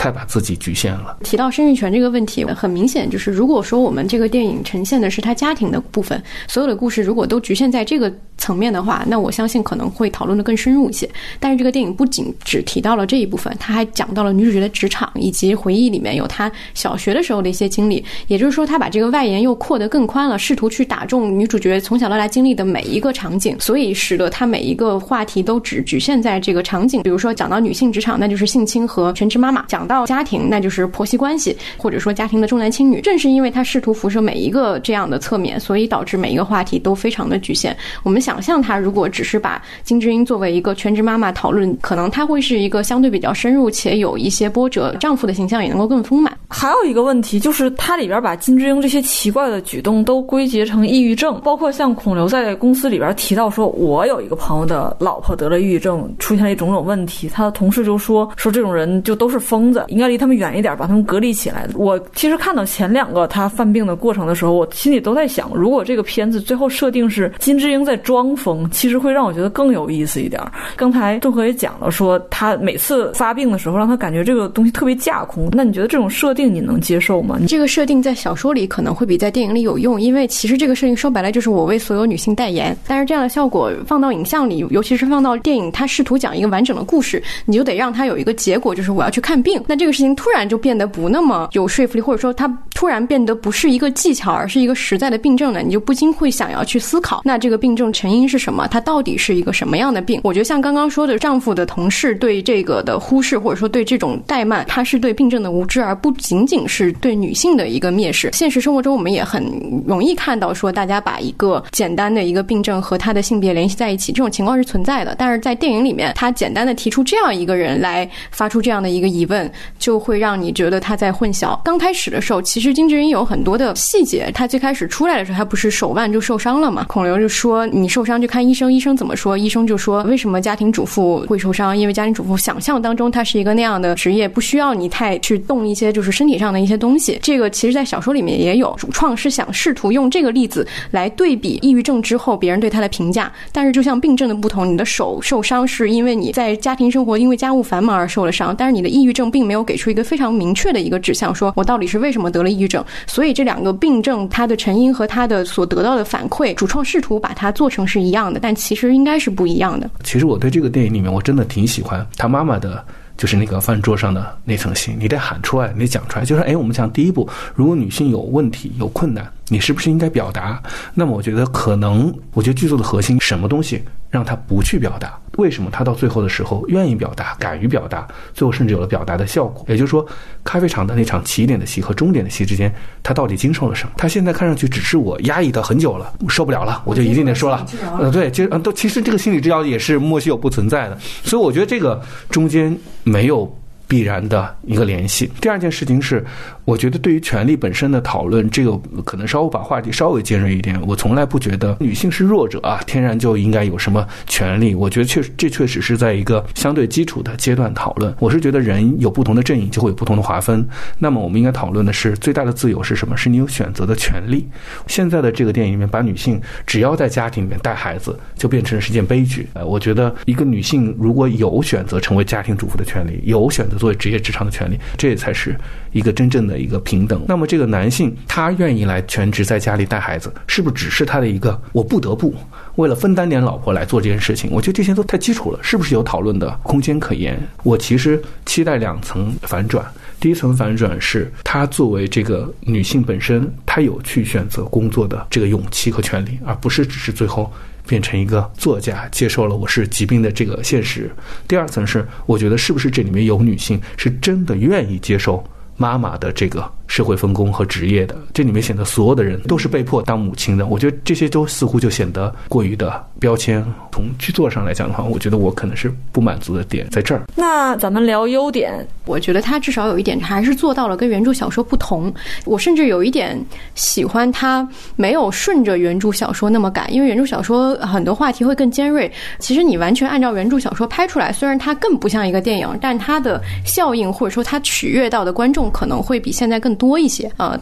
太把自己局限了。 提到生育权这个问题，很明显就是如果说我们这个电影呈现的是他家庭的部分，所有的故事如果都局限在这个层面的话，那我相信可能会讨论的更深入一些。但是这个电影不仅只提到了这一部分，他还讲到了女主角的职场，以及回忆里面有她小学的时候的一些经历，也就是说他把这个外延又扩得更宽了，试图去打中女主角从小到大经历的每一个场景，所以使得他每一个话题都只局限在这个场景。比如说讲到女性职场，那就是性侵和全职妈妈；讲到家庭，那就是婆媳关系，或者说家庭的重男轻女。正是因为他试图辐射每一个这样的侧面，所以导致每一个话题都非常的局限。我们想象他如果只是把金智英作为一个全职妈妈讨论，可能他会是一个相对比较深入且有一些波折，丈夫的形象也能够更丰满。 还有一个问题就是它里边把金智英这些奇怪的举动都归结成抑郁症，包括像孔刘在公司里边提到说，我有一个朋友的老婆得了抑郁症，出现了种种问题，他的同事就说这种人就都是疯子，应该离他们远一点，把他们隔离起来。我其实看到前2个他犯病的过程的时候，我心里都在想，如果这个片子最后设定是金智英在装疯，其实会让我觉得更有意思一点。刚才郑和也讲了说，他每次发病的时候让他感觉这个东西特别架空，那你觉得这种设定你能接受吗？ 这个设定在小说里可能会比在电影里有用，因为其实这个设定说白了就是我为所有女性代言，但是这样的效果放到影像里，尤其是放到电影，它试图讲一个完整的故事，你就得让它有一个结果，就是我要去看病。那这个事情突然就变得不那么有说服力，或者说它突然变得不是一个技巧，而是一个实在的病症呢，你就不禁会想要去思考，那这个病症成因是什么？它到底是一个什么样的病？我觉得像刚刚说的，丈夫的同事对这个的忽视，或者说对这种怠慢，它是对病症的无知，而不仅仅是对女性的一个蔑视。现实生活中我们也很容易看到说，大家把一个简单的一个病症和他的性别联系在一起，这种情况是存在的。但是在电影里面，他简单的提出这样一个人来发出这样的一个疑问，就会让你觉得他在混淆。刚开始的时候，其实金智英有很多的细节，他最开始出来的时候，他不是手腕就受伤了嘛？孔刘就说你受伤就看医生，医生怎么说？医生就说为什么家庭主妇会受伤？因为家庭主妇想象当中它是一个那样的职业，不需要你太去动一些就是身体上的一些东西。这个其实在小说里面也有，主创是想试图用这个例子来对比抑郁症之后别人对他的评价。但是就像病症的不同，你的手受伤是因为你在家庭生活因为家务繁忙而受了伤，但是你的抑郁症并没有给出一个非常明确的一个指向，说我到底是为什么得了抑郁症。所以这两个病症它的成因和它的所得到的反馈，主创试图把它做成是一样的，但其实应该是不一样的。 其实我对这个电影里面我真的挺喜欢他妈妈的，就是那个饭桌上的那层心，你得喊出来，你得讲出来。就是我们讲第一步，如果女性有问题有困难，你是不是应该表达？那么我觉得剧作的核心，什么东西让她不去表达？为什么她到最后的时候愿意表达，敢于表达，最后甚至有了表达的效果？也就是说，咖啡厂的那场起点的戏和终点的戏之间，她到底经受了什么？她现在看上去只是我压抑的很久了，受不了了，我就一定得说了。对，其实这个心理治疗也是莫须有不存在的。所以我觉得这个中间没有必然的一个联系。第二件事情是，我觉得对于权力本身的讨论，这个可能稍微把话题稍微尖锐一点。我从来不觉得女性是弱者啊，天然就应该有什么权利。我觉得这确实是在一个相对基础的阶段讨论。我是觉得人有不同的阵营就会有不同的划分，那么我们应该讨论的是最大的自由是什么？是你有选择的权利。现在的这个电影里面把女性只要在家庭里面带孩子就变成是件悲剧。我觉得一个女性如果有选择成为家庭主妇的权利，有选择作为职业职场的权利，这才是一个真正的一个平等。那么这个男性他愿意来全职在家里带孩子，是不是只是他的一个我不得不为了分担点老婆来做这件事情？我觉得这些都太基础了，是不是有讨论的空间可言？我其实期待2层反转。第一层反转是她作为这个女性本身，她有去选择工作的这个勇气和权利，而不是只是最后变成一个作家，接受了我是疾病的这个现实。第二层是我觉得是不是这里面有女性是真的愿意接受妈妈的这个社会分工和职业的，这里面显得所有的人都是被迫当母亲的。我觉得这些都似乎就显得过于的标签。从剧作上来讲的话，我觉得我可能是不满足的点在这儿。 那咱们聊优点。 我觉得他至少有一点还是做到了跟原著小说不同。我甚至有一点喜欢他没有顺着原著小说那么改，因为原著小说很多话题会更尖锐。其实你完全按照原著小说拍出来，虽然它更不像一个电影，但它的效应或者说它取悦到的观众可能会比现在更多一些。它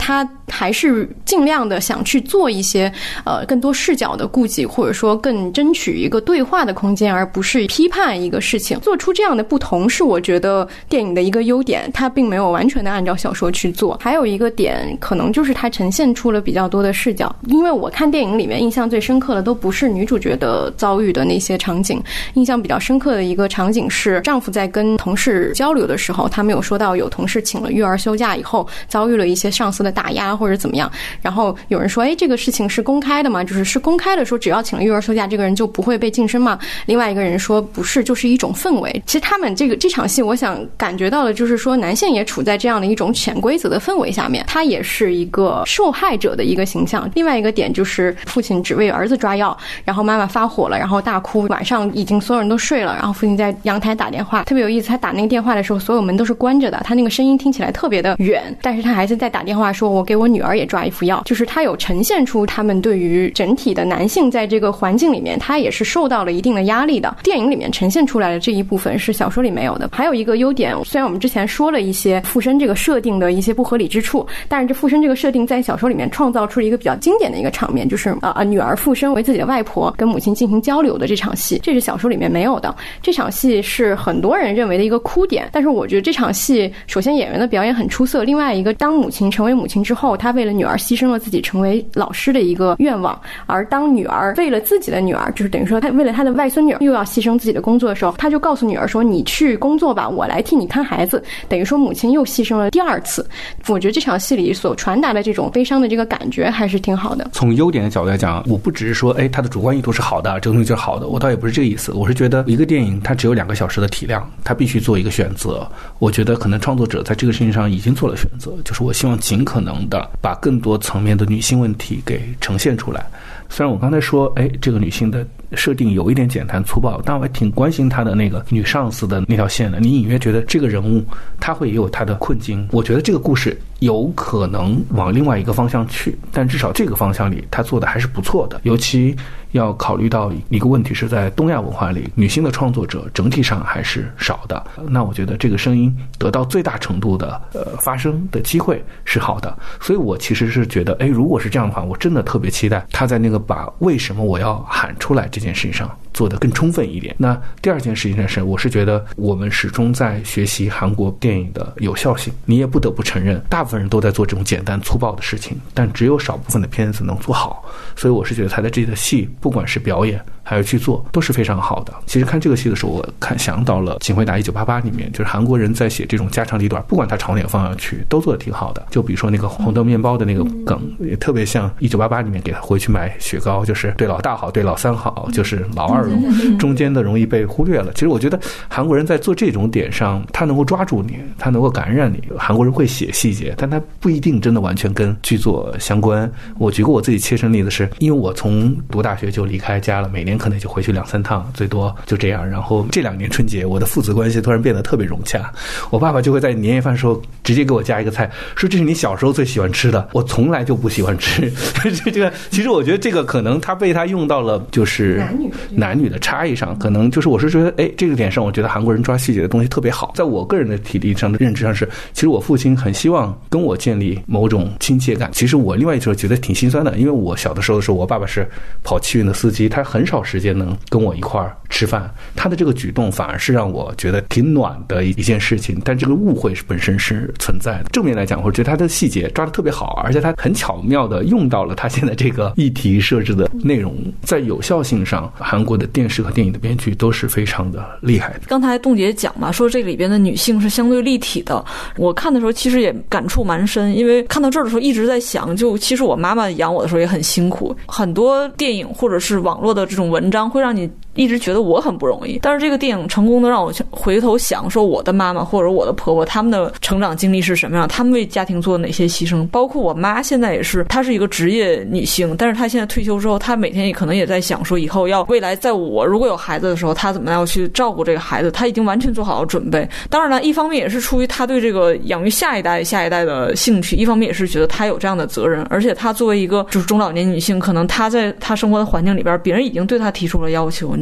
还是尽量的想去做一些更多视角的顾及，或者说更争取一个对话的空间，而不是批判一个事情。做出这样的不同是我觉得电影的一个优点，它并没有完全的按照小说去做。还有一个点可能就是它呈现出了比较多的视角，因为我看电影里面印象最深刻的都不是女主角的遭遇的那些场景，印象比较深刻的一个场景是丈夫在跟同事交流的时候，他们有说到有同事请了育儿休假以后遭遇了一些上司的打压或者怎么样，然后有人说这个事情是公开的吗？是公开的说只要请了育儿休假这个人就不会被晋升吗？另外一个人说不是，就是一种氛围。其实他们这场戏我想感觉到的就是说男性也处在这样的一种潜规则的氛围下面，他也是一个受害者的一个形象。另外一个点就是父亲只为儿子抓药，然后妈妈发火了，然后大哭，晚上已经所有人都睡了，然后父亲在阳台打电话，特别有意思，他打那个电话的时候所有门都是关着的，他那个声音听起来特别的远，但是他还是在打电话说我给我女儿也抓一副药，就是他有呈现出他们对于整体的男性在这个环境里面他也是受到了一定的压力的。电影里面呈现出来的这一部分是小说里没有的。还有一个优点，虽然我们之前说了一些附身这个设定的一些不合理之处，但是这附身这个设定在小说里面创造出了一个比较经典的一个场面，就是女儿附身为自己的外婆跟母亲进行交流的这场戏，这是小说里面没有的。这场戏是很多人认为的一个哭点，但是我觉得这场戏首先演员的表演很出色，另外一个当母亲成为母亲之后，她为了女儿牺牲了自己成为老师的一个愿望，而当女儿为了自己的女儿，就是等于说她为了她的外孙女又要牺牲自己的工作的时候，她就告诉女儿说你去工作吧，我来替你看孩子，等于说母亲又牺牲了第二次。我觉得这场戏里所传达的这种悲伤的这个感觉还是挺好的。 从优点的角度来讲，我不只是说他的主观意图是好的，这个东西就是好的，我倒也不是这个意思。我是觉得一个电影它只有2个小时的体量，它必须做一个选择。我觉得可能创作者在这个事情上已经做了选择，就是我希望尽可能的把更多层面的女性问题给呈现出来。虽然我刚才说这个女性的设定有一点简单粗暴，但我还挺关心她的那个女上司的那条线的。你隐约觉得这个人物她会也有她的困境，我觉得这个故事有可能往另外一个方向去，但至少这个方向里她做的还是不错的。尤其要考虑到一个问题是在东亚文化里，女性的创作者整体上还是少的，那我觉得这个声音得到最大程度的发声的机会是好的。所以我其实是觉得如果是这样的话，我真的特别期待她在那个把为什么我要喊出来这件事情上做得更充分一点。那第二件事情是，我是觉得我们始终在学习韩国电影的有效性，你也不得不承认大部分人都在做这种简单粗暴的事情，但只有少部分的片子能做好。所以我是觉得他在这里的戏不管是表演还是去做都是非常好的。其实看这个戏的时候，我想到了《请回答1988》里面，就是韩国人在写这种家长里短，不管他朝哪个方向去都做得挺好的。就比如说那个红豆面包的那个梗，也特别像1988里面给他回去买雪糕，就是对老大好对老三好，就是老二中间的容易被忽略了。其实我觉得韩国人在做这种点上，他能够抓住你，他能够感染你。韩国人会写细节，但他不一定真的完全跟剧作相关。我举过我自己切身例子是，因为我从读大学就离开家了，每年可能就回去2-3趟，最多就这样。然后这2年春节，我的父子关系突然变得特别融洽。我爸爸就会在年夜饭的时候直接给我加一个菜，说这是你小时候最喜欢吃的，我从来就不喜欢吃。这个其实我觉得这个可能他被他用到了就是男女的差异上，可能就是我是觉得这个点上，我觉得韩国人抓细节的东西特别好。在我个人的体力上的认知上是，其实我父亲很希望跟我建立某种亲切感。其实我另外一时候觉得挺心酸的，因为我小的时候我爸爸是跑汽运的司机，他很少时间能跟我一块儿吃饭，他的这个举动反而是让我觉得挺暖的一件事情。但这个误会本身是存在的。正面来讲，我觉得他的细节抓得特别好，而且他很巧妙的用到了他现在这个议题设置的内容。在有效性上，韩国的电视和电影的编剧都是非常的厉害的。 刚才冻姐讲嘛，说这里边的女性是相对立体的，我看的时候其实也感触蛮深，因为看到这儿的时候一直在想，就其实我妈妈养我的时候也很辛苦，很多电影或者是网络的这种文章会让你一直觉得我很不容易，但是这个电影成功的让我回头想说我的妈妈或者我的婆婆她们的成长经历是什么样，她们为家庭做哪些牺牲。包括我妈现在也是，她是一个职业女性，但是她现在退休之后，她每天也可能也在想说以后要未来在我如果有孩子的时候，她怎么样去照顾这个孩子，她已经完全做好了准备。当然了，一方面也是出于她对这个养育下一代的兴趣，一方面也是觉得她有这样的责任。而且她作为一个就是中老年女性，可能她在她生活的环境里边，别人已经对她提出了要求，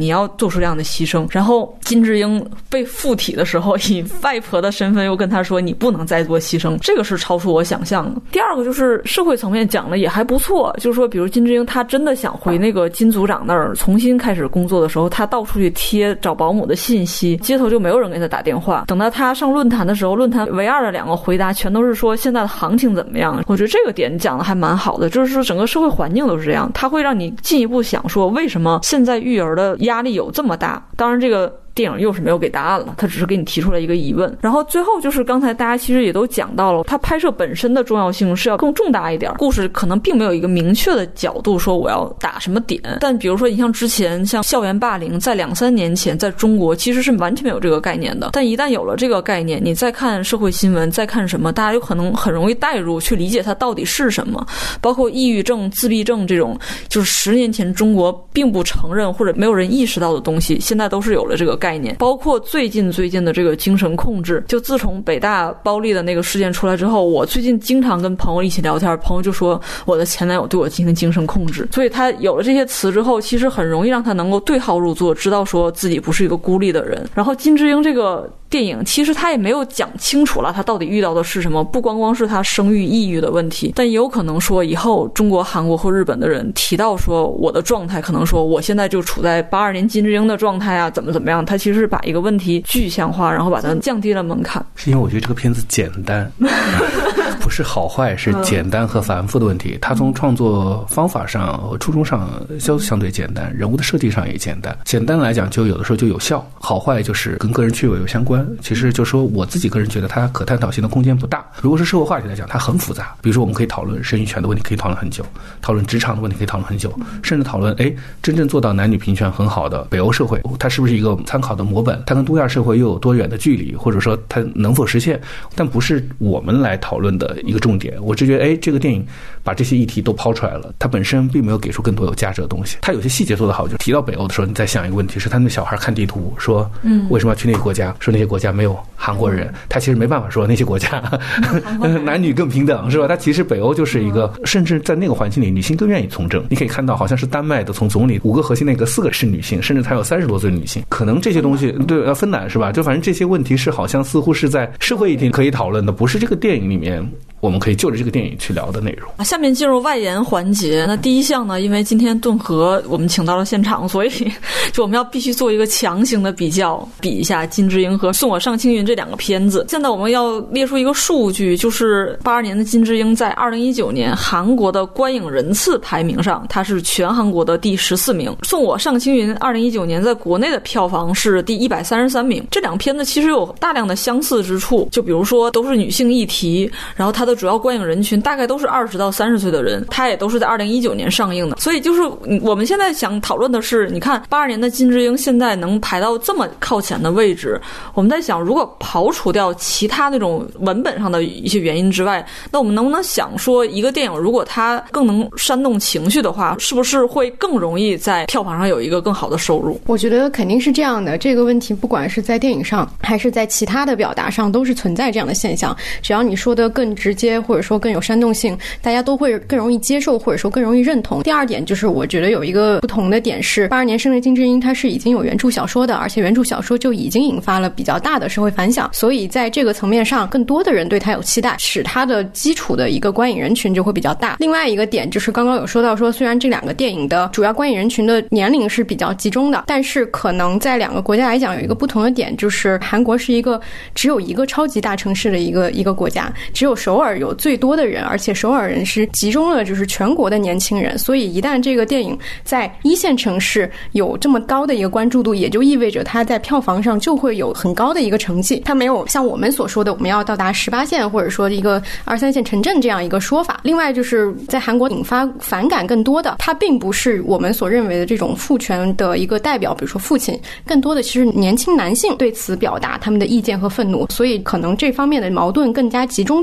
你要做出这样的牺牲。然后金智英被附体的时候，以外婆的身份又跟他说你不能再做牺牲，这个是超出我想象的。第二个就是社会层面讲的也还不错，就是说比如金智英她真的想回那个金组长那儿重新开始工作的时候，她到处去贴找保姆的信息，街头就没有人给她打电话。等到她上论坛的时候，论坛唯二的2个回答全都是说现在的行情怎么样。我觉得这个点讲的还蛮好的，就是说整个社会环境都是这样，它会让你进一步想说为什么现在育儿的压力有这么大。当然这个电影又是没有给答案了，他只是给你提出来一个疑问。然后最后就是刚才大家其实也都讲到了，它拍摄本身的重要性是要更重大一点，故事可能并没有一个明确的角度说我要打什么点。但比如说你像之前像校园霸凌，在2-3年前在中国其实是完全没有这个概念的，但一旦有了这个概念，你再看社会新闻再看什么，大家有可能很容易带入去理解它到底是什么。包括抑郁症自闭症这种就是10年前中国并不承认或者没有人意识到的东西，现在都是有了这个概念。包括最近的这个精神控制，就自从北大包丽的那个事件出来之后，我最近经常跟朋友一起聊天，朋友就说我的前男友对我进行精神控制。所以他有了这些词之后，其实很容易让他能够对号入座，知道说自己不是一个孤立的人。然后金智英这个电影其实他也没有讲清楚了他到底遇到的是什么，不光是他生育抑郁的问题，但也有可能说以后中国韩国或日本的人提到说我的状态，可能说我现在就处在82年金智英的状态啊，怎么样，他其实是把一个问题具象化，然后把它降低了门槛。 是因为我觉得这个片子简单不是好坏，是简单和繁复的问题。他从创作方法上和初衷上相对简单，人物的设计上也简单。简单来讲就有的时候就有效，好坏就是跟个人趣味有相关。其实就说我自己个人觉得它可探讨性的空间不大。如果是社会话题来讲，它很复杂。比如说我们可以讨论生育权的问题，可以讨论很久，讨论职场的问题可以讨论很久，甚至讨论真正做到男女平权很好的北欧社会，它是不是一个参考的模本，它跟东亚社会又有多远的距离，或者说它能否实现，但不是我们来讨论的一个重点。我只觉得这个电影把这些议题都抛出来了，它本身并没有给出更多有价值的东西。它有些细节做得好，就提到北欧的时候，你再想一个问题，是他那小孩看地图说为什么要去那个国家，说那些国家没有韩国人，他其实没办法说那些国家男女更平等，是吧？他其实北欧就是一个，甚至在那个环境里女性更愿意从政。你可以看到好像是丹麦的从总理5个核心那个4个是女性，甚至还有30多岁的女性。可能这些东西对芬兰是吧，就反正这些问题是好像似乎是在社会议题可以讨论的，不是这个电影里面我们可以就着这个电影去聊的内容。 下面进入外延环节。那第一项呢，因为今天顿河我们请到了现场，所以就我们要必须做一个强行的比较，比一下金智英和送我上青云这2个片子。现在我们要列出一个数据，就是82年的金智英在2019年韩国的观影人次排名上，它是全韩国的第14名。送我上青云2019年在国内的票房是第133名。这2个片子其实有大量的相似之处，就比如说都是女性议题，然后它的主要观影人群大概都是20到30岁的人，它也都是在2019年上映的。所以就是我们现在想讨论的是，你看82年的金智英现在能排到这么靠前的位置，我们在想如果刨除掉其他那种文本上的一些原因之外，那我们能不能想说一个电影如果它更能煽动情绪的话，是不是会更容易在票房上有一个更好的收入？ 我觉得肯定是这样的。这个问题不管是在电影上还是在其他的表达上都是存在这样的现象，只要你说的更直接或者说更有煽动性，大家都会更容易接受或者说更容易认同。第二点就是我觉得有一个不同的点是82年生的金智英它是已经有原著小说的，而且原著小说就已经引发了比较大的社会反响，所以在这个层面上更多的人对它有期待，使它的基础的一个观影人群就会比较大。另外一个点就是刚刚有说到说，虽然这2个电影的主要观影人群的年龄是比较集中的，但是可能在2个国家来讲有一个不同的点，就是韩国是一个只有一个超级大城市的一个国家，只有首尔有最多的人，而且首尔人是集中了就是全国的年轻人，所以一旦这个电影在1线城市有这么高的一个关注度，也就意味着它在票房上就会有很高的一个成绩。它没有像我们所说的我们要到达18线或者说一个2、3线城镇这样一个说法。另外就是在韩国引发反感更多的，它并不是我们所认为的这种父权的一个代表，比如说父亲，更多的其实年轻男性对此表达他们的意见和愤怒，所以可能这方面的矛盾更加集中在这个年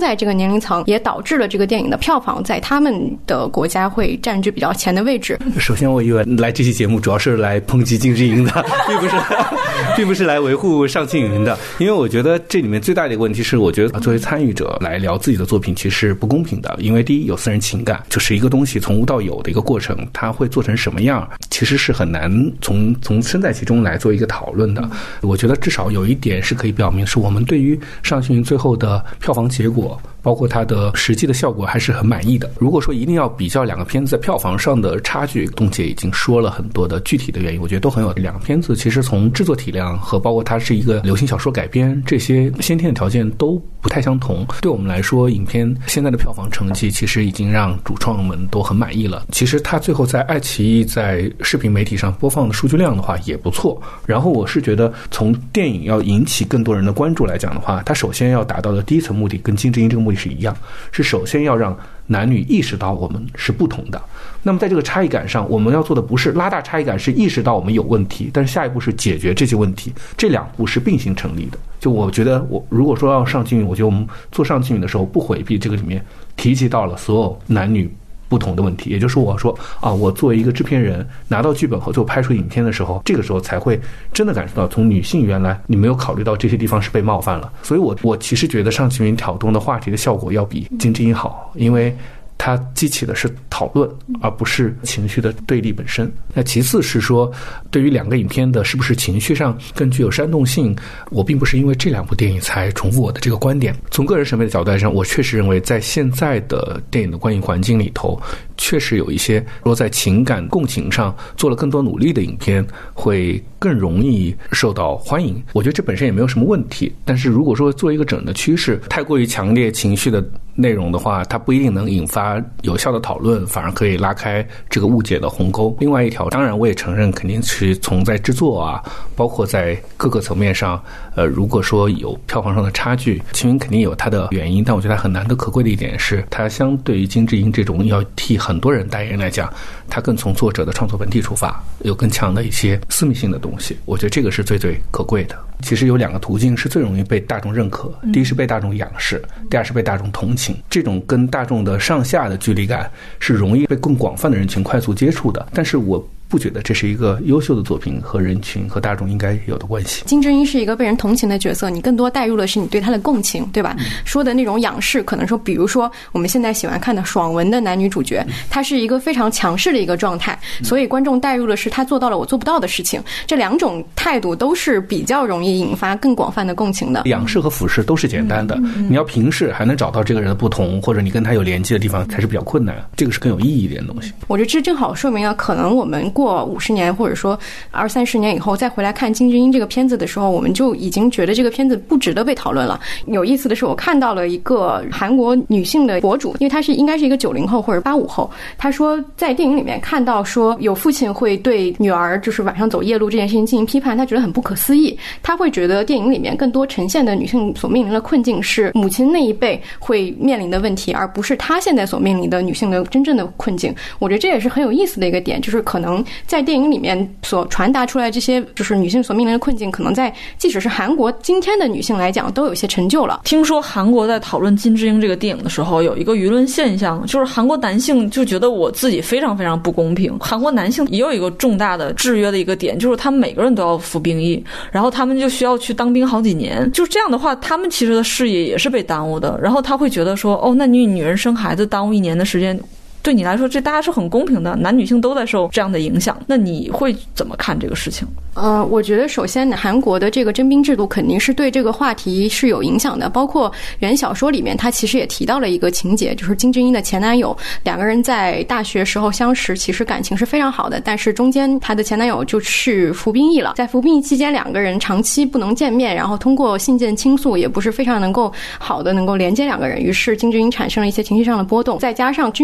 年龄层，也导致了这个电影的票房在他们的国家会占据比较前的位置。 首先我以为来这期节目主要是来抨击金智英的，并不是来维护上青云的，因为我觉得这里面最大的一个问题是，我觉得作为参与者来聊自己的作品其实是不公平的，因为第一有私人情感，就是一个东西从无到有的一个过程，它会做成什么样，其实是很难从身在其中来做一个讨论的。我觉得至少有一点是可以表明，是我们对于上青云最后的票房结果包括它的实际的效果还是很满意的。如果说一定要比较两个片子在票房上的差距，董姐已经说了很多的具体的原因，我觉得都很有。两个片子其实从制作体量和包括它是一个流行小说改编，这些先天的条件都不太相同。对我们来说，影片现在的票房成绩其实已经让主创们都很满意了。其实它最后在爱奇艺在视频媒体上播放的数据量的话也不错。然后我是觉得从电影要引起更多人的关注来讲的话，它首先要达到的第一层目的跟金智英这个目的是一样，是首先要让男女意识到我们是不同的。那么在这个差异感上，我们要做的不是拉大差异感，是意识到我们有问题，但是下一步是解决这些问题，这两步是并行成立的。就我觉得我如果说要上青云，我觉得我们做上青云的时候不回避这个里面提及到了所有男女不同的问题，也就是我说啊，我作为一个制片人拿到剧本和最后拍出影片的时候，这个时候才会真的感受到从女性原来你没有考虑到这些地方是被冒犯了。所以我其实觉得上青云挑动的话题的效果要比金智英好，因为它激起的是讨论，而不是情绪的对立本身。那其次是说，对于两个影片的是不是情绪上更具有煽动性，我并不是因为这两部电影才重复我的这个观点。从个人审美的角度上，我确实认为在现在的电影的观影环境里头，确实有一些若在情感共情上做了更多努力的影片会更容易受到欢迎。我觉得这本身也没有什么问题，但是如果说做一个整的趋势，太过于强烈情绪的内容的话，它不一定能引发有效的讨论，反而可以拉开这个误解的鸿沟。另外一条，当然我也承认肯定是从在制作啊，包括在各个层面上，如果说有票房上的差距，青云肯定有它的原因，但我觉得它很难得可贵的一点是，它相对于金智英这种要替很多人代言来讲，它更从作者的创作本体出发，有更强的一些私密性的东西，我觉得这个是最最可贵的。其实有两个途径是最容易被大众认可，第一是被大众仰视，第二是被大众同情。这种跟大众的上下的距离感是容易被更广泛的人群快速接触的，但是我不觉得这是一个优秀的作品和人群和大众应该有的关系。 金智英是一个被人同情的角色，你更多带入的是你对她的共情，对吧？说的那种仰视，可能说比如说我们现在喜欢看的爽文的男女主角，他是一个非常强势的一个状态，所以观众带入的是他做到了我做不到的事情。这两种态度都是比较容易引发更广泛的共情的。 仰视和俯视都是简单的，你要平视还能找到这个人的不同，或者你跟他有联系的地方才是比较困难，这个是更有意义一点的东西。 我觉得这正好说明了，可能我们过50年或者说20-30年以后再回来看金智英这个片子的时候，我们就已经觉得这个片子不值得被讨论了。有意思的是，我看到了一个韩国女性的博主，因为她应该是一个90后或者85后，她说在电影里面看到说有父亲会对女儿就是晚上走夜路这件事情进行批判，她觉得很不可思议。她会觉得电影里面更多呈现的女性所面临的困境是母亲那一辈会面临的问题，而不是她现在所面临的女性的真正的困境。我觉得这也是很有意思的一个点，就是可能在电影里面所传达出来这些就是女性所面临的困境，可能在即使是韩国今天的女性来讲都有一些成就了。 听说韩国在讨论金智英这个电影的时候，有一个舆论现象，就是韩国男性就觉得我自己非常非常不公平。韩国男性也有一个重大的制约的一个点，就是他们每个人都要服兵役，然后他们就需要去当兵好几年，就这样的话他们其实的事业也是被耽误的。然后他会觉得说，哦，那你女人生孩子耽误1年的时间，对你来说这大家是很公平的，男女性都在受这样的影响，那你会怎么看这个事情？ 我觉得首先韩国的这个征兵制度肯定是对这个话题是有影响的，包括原小说里面他其实也提到了一个情节，就是金智英的前男友两个人在大学时候相识，其实感情是非常好的，但是中间他的前男友就去服兵役了，在服兵役期间两个人长期不能见面，然后通过信件倾诉也不是非常能够好的能够连接两个人，于是金智英产生了一些情绪上的波动，再加上军营可能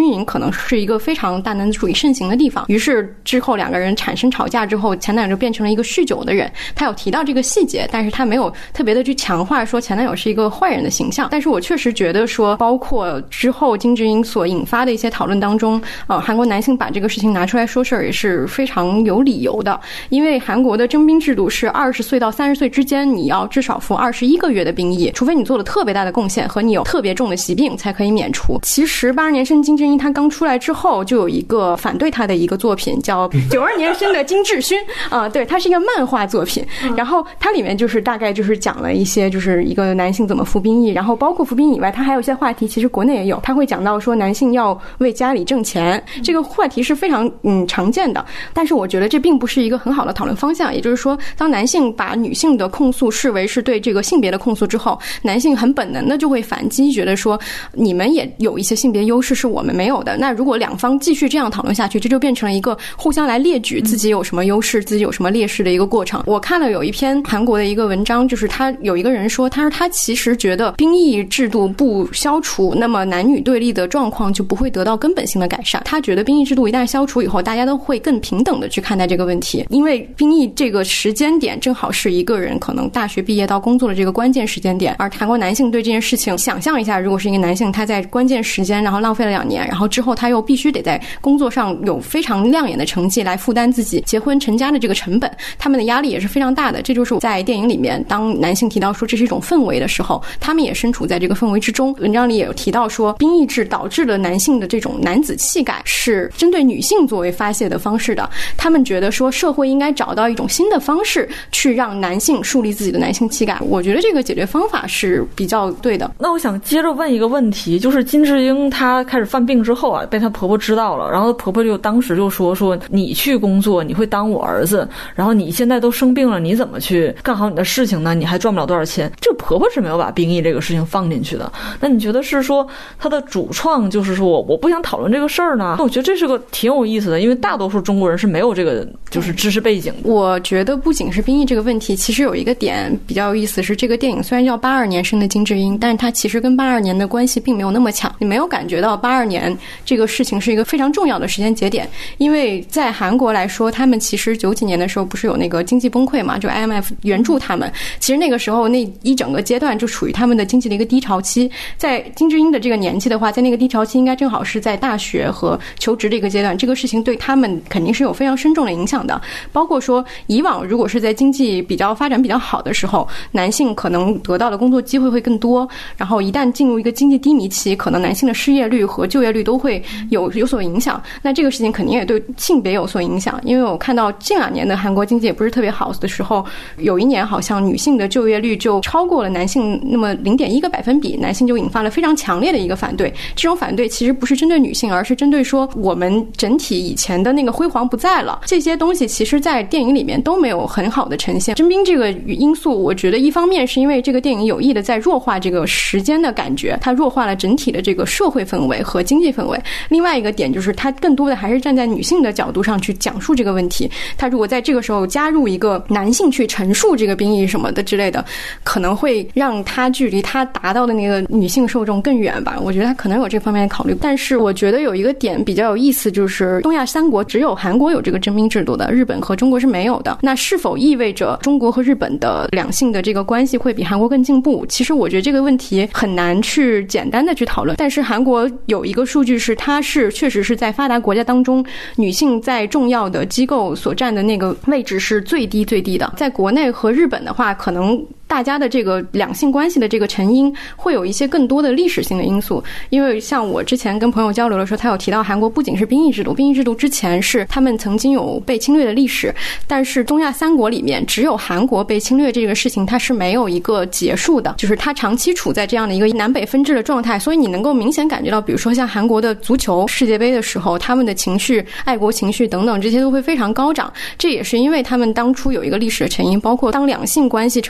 能是一个非常大男子主义盛行的地方。于是之后两个人产生吵架之后，前男友就变成了一个酗酒的人。他有提到这个细节，但是他没有特别的去强化说前男友是一个坏人的形象。但是我确实觉得说，包括之后金智英所引发的一些讨论当中，韩国男性把这个事情拿出来说事儿也是非常有理由的。因为韩国的征兵制度是20岁到30岁之间，你要至少服21个月的兵役，除非你做了特别大的贡献和你有特别重的疾病才可以免除。其实82年生金智英他刚出来之后，就有一个反对他的一个作品叫92年生的金智勋对，它是一个漫画作品，然后它里面就是大概就是讲了一些就是一个男性怎么服兵役，然后包括服兵役以外，它还有一些话题其实国内也有，他会讲到说男性要为家里挣钱，这个话题是非常常见的。但是我觉得这并不是一个很好的讨论方向，也就是说当男性把女性的控诉视为是对这个性别的控诉之后，男性很本能的就会反击，觉得说你们也有一些性别优势是我们没有的。那如果两方继续这样讨论下去，这就变成了一个互相来列举自己有什么优势，自己有什么劣势的一个过程。我看了有一篇韩国的一个文章，就是他有一个人说，他说他其实觉得兵役制度不消除，那么男女对立的状况就不会得到根本性的改善。他觉得兵役制度一旦消除以后，大家都会更平等的去看待这个问题，因为兵役这个时间点正好是一个人可能大学毕业到工作的这个关键时间点。而韩国男性对这件事情，想象一下，如果是一个男性，他在关键时间然后浪费了2年，然后之后他又必须得在工作上有非常亮眼的成绩来负担自己结婚成家的这个成本，他们的压力也是非常大的。这就是在电影里面当男性提到说这是一种氛围的时候，他们也身处在这个氛围之中。文章里也有提到说，兵役制导致了男性的这种男子气概是针对女性作为发泄的方式的，他们觉得说社会应该找到一种新的方式去让男性树立自己的男性气概。我觉得这个解决方法是比较对的。 那我想接着问一个问题，就是金智英她开始犯病之后啊，被她婆婆知道了，然后婆婆就当时就说你去工作你会当我儿子，然后你现在都生病了，你怎么去干好你的事情呢？你还赚不了多少钱。这个婆婆是没有把兵役这个事情放进去的。那你觉得是说她的主创就是说我不想讨论这个事儿呢？我觉得这是个挺有意思的，因为大多数中国人是没有这个就是知识背景的。 我觉得不仅是兵役这个问题，其实有一个点比较有意思，是这个电影虽然叫82年生的金智英，但是它其实跟82年的关系并没有那么强，你没有感觉到82年这个事情是一个非常重要的时间节点。因为在韩国来说，他们其实90几年的时候不是有那个经济崩溃嘛，就 IMF 援助他们，其实那个时候那一整个阶段就处于他们的经济的一个低潮期。在金智英的这个年纪的话，在那个低潮期应该正好是在大学和求职的一个阶段，这个事情对他们肯定是有非常深重的影响的。包括说以往如果是在经济比较发展比较好的时候，男性可能得到的工作机会会更多，然后一旦进入一个经济低迷期，可能男性的失业率和就业率都会有所影响。那这个事情肯定也对性别有所影响，因为我看到近2年的韩国经济也不是特别好的时候，有一年好像女性的就业率就超过了男性那么0.1个百分比，男性就引发了非常强烈的一个反对。这种反对其实不是针对女性，而是针对说我们整体以前的那个辉煌不在了。这些东西其实在电影里面都没有很好的呈现。征兵这个因素，我觉得一方面是因为这个电影有意的在弱化这个时间的感觉，它弱化了整体的这个社会氛围和经济氛围。另外一个点就是它更多的还是站在女性的角度上去讲述这个问题。它如果在这个时候加入一个男性去陈述这个兵役什么的之类的，可能会让它距离它达到的那个女性受众更远吧。我觉得它可能有这方面的考虑。但是我觉得有一个点比较有意思，就是东亚3国只有韩国有这个征兵制度的，日本和中国是没有的。那是否意味着中国和日本的两性的这个关系会比韩国更进步？其实我觉得这个问题很难去简单的去讨论。但是韩国有一个数据是，它是确实是在发达国家当中，女性在重要的机构所占的那个位置是最低的。在国内和日本的话，可能大家的这个两性关系的这个成因会有一些更多的历史性的因素。因为像我之前跟朋友交流的时候，他有提到韩国不仅是兵役制度，兵役制度之前是他们曾经有被侵略的历史，但是东亚3国里面只有韩国被侵略这个事情它是没有一个结束的，就是它长期处在这样的一个南北分治的状态。所以你能够明显感觉到，比如说像韩国的足球世界杯的时候，他们的情绪、爱国情绪等等这些都会非常高涨。这也是因为他们当初有一个历史的成因，包括当两性关系成为一个对立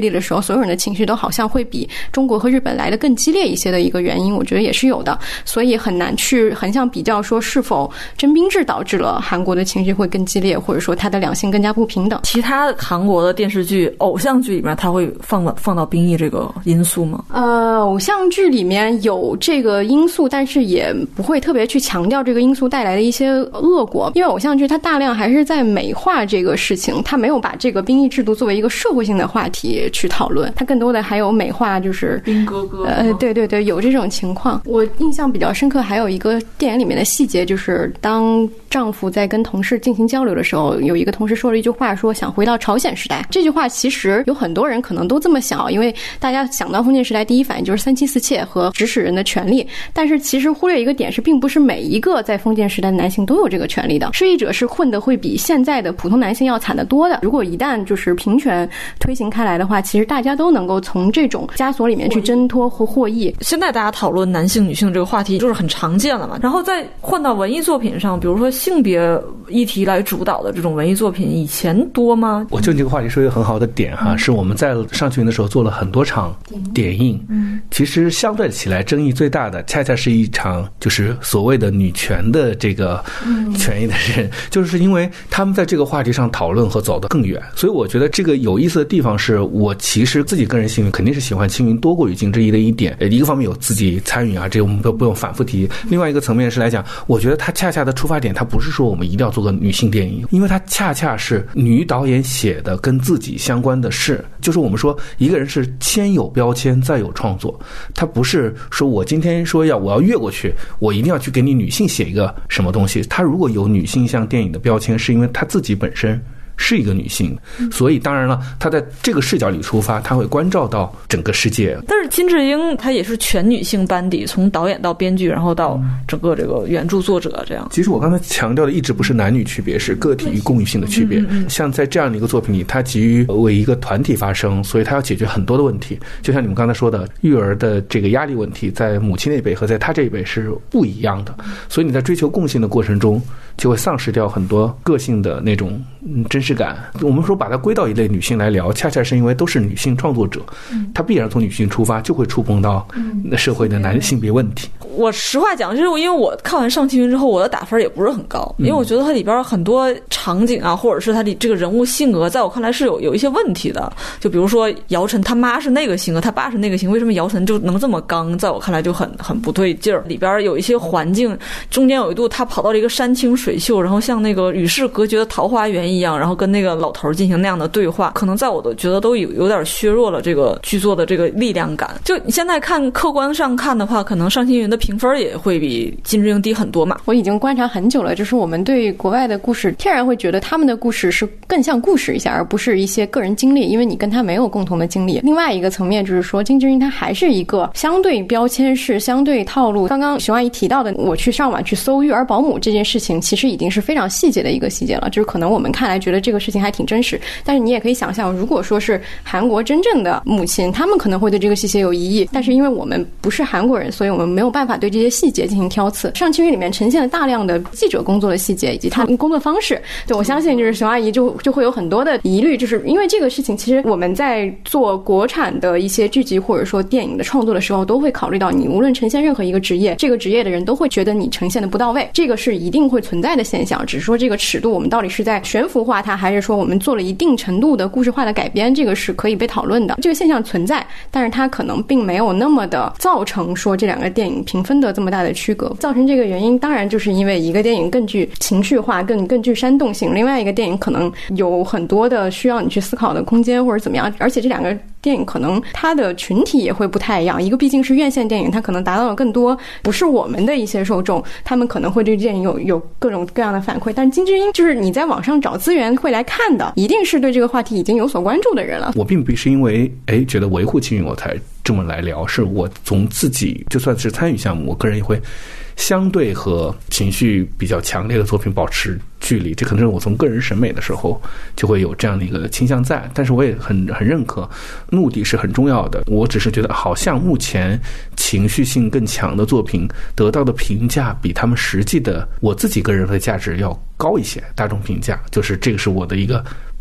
立的时候，所有人的情绪都好像会比中国和日本来的更激烈一些的一个原因，我觉得也是有的，所以很难去横向比较说是否征兵制导致了韩国的情绪会更激烈，或者说它的两性更加不平等。 其他韩国的电视剧、偶像剧里面，它会放到兵役这个因素吗？ 偶像剧里面有这个因素，但是也不会特别去强调这个因素带来的一些恶果，因为偶像剧它大量还是在美化这个事情，它没有把这个兵役制度作为一个社会性的话题去讨论，它更多的还有美化，就是兵哥哥。 对对对，有这种情况。我印象比较深刻，还有一个电影里面的细节，就是当丈夫在跟同事进行交流的时候，有一个同事说了一句话，说想回到朝鲜时代。这句话其实有很多人可能都这么想，因为大家想到封建时代第一反应就是三妻四妾和指使人的权利，但是其实忽略一个点是，并不是每一个在封建时代的男性都有这个权利的。失意者是混得会比现在的普通男性要惨得多的。如果一旦就是平权推行开来的话，其实大家都能够从这种枷锁里面去挣脱和获益。 现在大家讨论男性女性这个话题就是很常见了嘛，然后再换到文艺作品上，比如说性别议题来主导的这种文艺作品，以前多吗？ 我就这个话题说一个很好的点哈，是我们在上青云的时候做了很多场点映，其实相对起来争议最大的恰恰是一场就是所谓的女权的这个权益的人，就是因为他们在这个话题上讨论和走得更远。所以我觉得这个有意思的地方是，我其实自己个人幸运肯定是喜欢青云多过于金智英的一点，一个方面有自己参与啊，这个我们不用反复提。另外一个层面是来讲，我觉得他恰恰的出发点，他不是说我们一定要做个女性电影，因为他恰恰是女导演写的跟自己相关的事。就是我们说一个人是先有标签再有创作，他不是说我今天说我要越过去，我一定要去给你女性写一个什么东西。他如果有女性向电影的标签，是因为他自己本身是一个女性，所以当然了，她在这个视角里出发，她会关照到整个世界。 但是金智英她也是全女性班底，从导演到编剧，然后到整个这个原著作者这样。 其实我刚才强调的一直不是男女区别，是个体与共与性的区别。像在这样的一个作品里，它急于为一个团体发声，所以它要解决很多的问题。就像你们刚才说的，育儿的这个压力问题，在母亲那一辈和在她这一辈是不一样的，所以你在追求共性的过程中，就会丧失掉很多个性的那种真实感。我们说把它归到一类女性来聊，恰恰是因为都是女性创作者，她必然从女性出发，就会触碰到社会的男性别问题。 我实话讲，就是因为我看完上青云之后，我的打分也不是很高，因为我觉得它里边很多场景啊，或者是它的这个人物性格，在我看来是有一些问题的。就比如说姚晨他妈是那个性格，他爸是那个性格，为什么姚晨就能这么刚？在我看来就很不对劲儿。里边有一些环境，中间有一度他跑到了一个山清水秀，然后像那个与世隔绝的桃花源一样，然后跟那个老头进行那样的对话，可能在我的觉得都有点削弱了这个剧作的这个力量感。就你现在看客观上看的话，可能上青云的评分也会比金智英低很多嘛。 我已经观察很久了，就是我们对国外的故事天然会觉得他们的故事是更像故事一下，而不是一些个人经历，因为你跟他没有共同的经历。另外一个层面就是说，金智英她还是一个相对标签式、相对套路。刚刚熊阿姨提到的，我去上网去搜育儿保姆这件事情，其实已经是非常细节的一个细节了，就是可能我们看来觉得这个事情还挺真实，但是你也可以想象，如果说是韩国真正的母亲，他们可能会对这个细节有疑义，但是因为我们不是韩国人，所以我们没有办法对这些细节进行挑刺。上青云里面呈现了大量的记者工作的细节以及他的工作方式，对，我相信就是熊阿姨就会有很多的疑虑，就是因为这个事情，其实我们在做国产的一些剧集或者说电影的创作的时候，都会考虑到你无论呈现任何一个职业，这个职业的人都会觉得你呈现的不到位，这个是一定会存在的现象，只是说这个尺度我们到底是在悬浮化它，还是说我们做了一定程度的故事化的改编，这个是可以被讨论的。这个现象存在，但是它可能并没有那么的造成说这两个电影评分的这么大的区隔。造成这个原因当然就是因为一个电影更具情绪化，更具煽动性，另外一个电影可能有很多的需要你去思考的空间或者怎么样，而且这两个电影可能它的群体也会不太一样，一个毕竟是院线电影，它可能达到了更多不是我们的一些受众，他们可能会对电影有各种各样的反馈，但金智英就是你在网上找资源会来看的，一定是对这个话题已经有所关注的人了。 我并不是因为觉得维护青云我才这么来聊，是我从自己就算是参与项目，我个人也会相对和情绪比较强烈的作品保持距离，这可能是我从个人审美的时候就会有这样的一个倾向在，但是我也很认可目的是很重要的。我只是觉得好像目前情绪性更强的作品得到的评价比他们实际的我自己个人的价值要高一些，大众评价就是这个是我的一个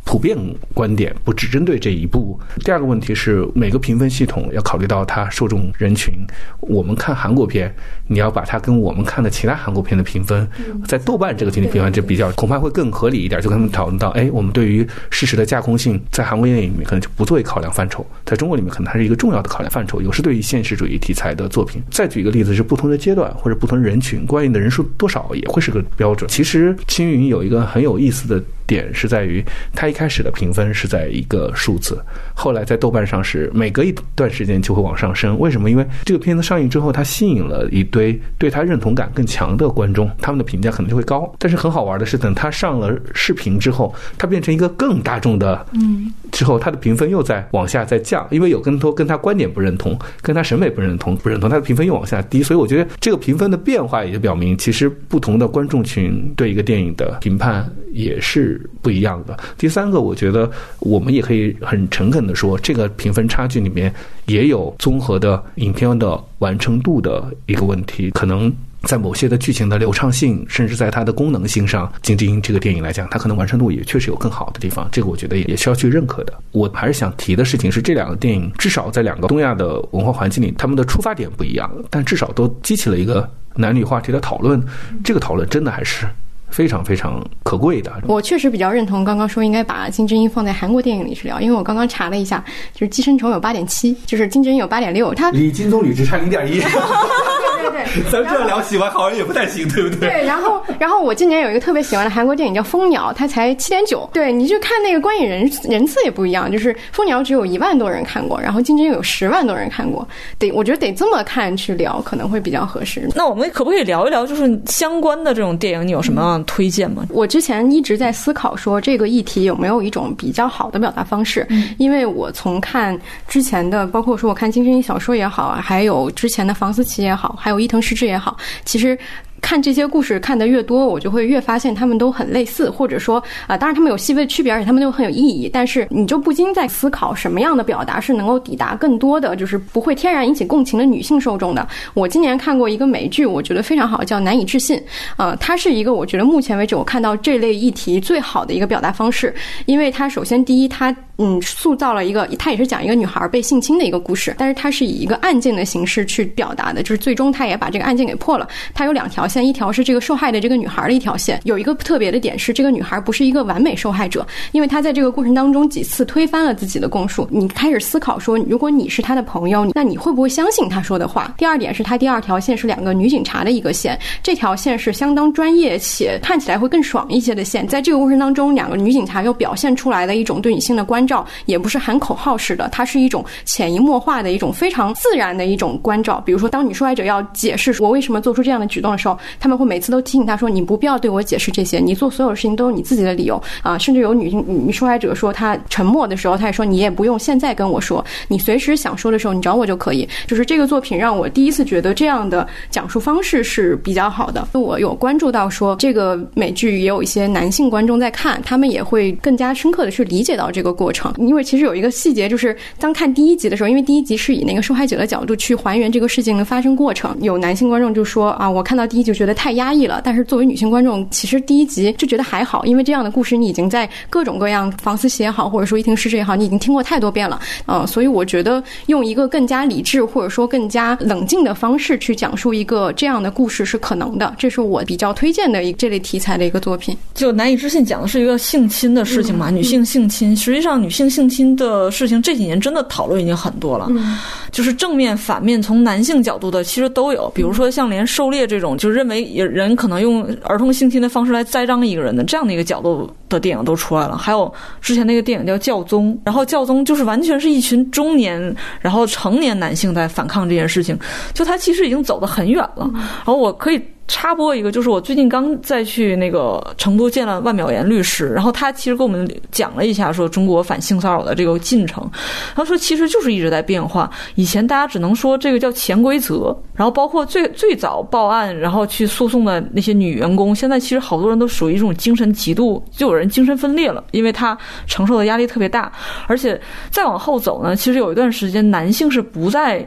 普遍观点，不只针对这一部。第二个问题是每个评分系统要考虑到它受众人群。我们看韩国片，你要把它跟我们看的其他韩国片的评分，在豆瓣这个评分这比较恐怕会更合理一点，就跟他们讨论到，我们对于事实的架空性在韩国电影里面可能就不作为考量范畴，在中国里面可能它是一个重要的考量范畴，有时对于现实主义题材的作品。再举一个例子，是不同的阶段或者不同的人群，观影的人数多少也会是个标准。其实青云有一个很有意思的点是在于，它一开始的评分是在一个数字，后来在豆瓣上是每隔一段时间就会往上升。为什么？因为这个片子上映之后，它吸引了一堆对它认同感更强的观众，他们的评价可能就会高。但是很好玩的是，等它上了视频之后，它变成一个更大众的之后，它的评分又在往下再降，因为有更多跟他观点不认同，跟他审美不认同，它的评分又往下低。所以我觉得这个评分的变化也就表明，其实不同的观众群对一个电影的评判也是不一样的。第三个，我觉得我们也可以很诚恳的说，这个评分差距里面也有综合的影片的完成度的一个问题，可能在某些的剧情的流畅性，甚至在它的功能性上，金智英这个电影来讲，它可能完成度也确实有更好的地方，这个我觉得也需要去认可的。我还是想提的事情是，这两个电影至少在两个东亚的文化环境里，他们的出发点不一样，但至少都激起了一个男女话题的讨论，这个讨论真的还是非常非常可贵的。 我确实比较认同刚刚说应该把金智英放在韩国电影里去聊，因为我刚刚查了一下，就是《寄生虫》有 8.7， 就是金智英有 8.6， 它离金棕榈只差 0.1。 对， 咱们这样聊喜欢好像也不太行，对不对？ 对，然后我今年有一个特别喜欢的韩国电影叫《蜂鸟》，它才 7.9。对，你去看那个观影人次也不一样，就是《蜂鸟》只有1万多人看过，然后金智英有10万多人看过。我觉得得这么看去聊可能会比较合适。 那我们可不可以聊一聊，就是相关的这种电影，你有什么样的推荐吗？ 我之前一直在思考说这个议题有没有一种比较好的表达方式，因为我从看之前的，包括说我看金智英小说也好，还有之前的房思琪也好，还有伊藤诗织也好，其实看这些故事看得越多，我就会越发现他们都很类似，或者说当然他们有细微的区别，而且他们都很有意义，但是你就不禁在思考什么样的表达是能够抵达更多的，就是不会天然引起共情的女性受众的。我今年看过一个美剧，我觉得非常好，叫《难以置信》。它是一个我觉得目前为止我看到这类议题最好的一个表达方式，因为它首先第一，它塑造了一个，它也是讲一个女孩被性侵的一个故事，但是它是以一个案件的形式去表达的，就是最终它也把这个案件给破了。它有2条线，一条是这个受害的这个女孩的一条线，有一个特别的点是这个女孩不是一个完美受害者，因为她在这个过程当中几次推翻了自己的供述。你开始思考说，如果你是她的朋友，那你会不会相信她说的话？第二点是她第2条线是2个女警察的一个线，这条线是相当专业且看起来会更爽一些的线。在这个过程当中，2个女警察又表现出来的一种对女性的关照，也不是喊口号式的，它是一种潜移默化的一种非常自然的一种关照。比如说当女受害者要解释我为什么做出这样的举动的时候，他们会每次都提醒她说，你不必要对我解释这些，你做所有的事情都有你自己的理由甚至有女受害者说她沉默的时候，她也说你也不用现在跟我说，你随时想说的时候你找我就可以。就是这个作品让我第一次觉得这样的讲述方式是比较好的。我有关注到说这个美剧也有一些男性观众在看，他们也会更加深刻的去理解到这个过程。因为其实有一个细节，就是当看第1集的时候，因为第1集是以那个受害者的角度去还原这个事情的发生过程，有男性观众就说我看到第1集就觉得太压抑了，但是作为女性观众，其实第1集就觉得还好，因为这样的故事你已经在各种各样房思琪也好，或者说伊藤诗织也好，你已经听过太多遍了所以我觉得用一个更加理智或者说更加冷静的方式去讲述一个这样的故事是可能的，这是我比较推荐的这类题材的一个作品。 就难以置信讲的是一个性侵的事情嘛，女性性侵，实际上女性性侵的事情这几年真的讨论已经很多了，就是正面反面从男性角度的其实都有，比如说像连狩猎这种就认为人可能用儿童性侵的方式来栽赃一个人的这样的一个角度的电影都出来了。还有之前那个电影叫教宗，然后教宗就是完全是一群中年然后成年男性在反抗这件事情，就他其实已经走得很远了。然后我可以插播一个，就是我最近刚再去那个成都见了万淼岩律师，然后他其实给我们讲了一下说中国反性骚扰的这个进程，他说其实就是一直在变化。以前大家只能说这个叫潜规则，然后包括最早报案然后去诉讼的那些女员工，现在其实好多人都属于一种精神极度，就有人精神分裂了，因为他承受的压力特别大。而且再往后走呢，其实有一段时间男性是不在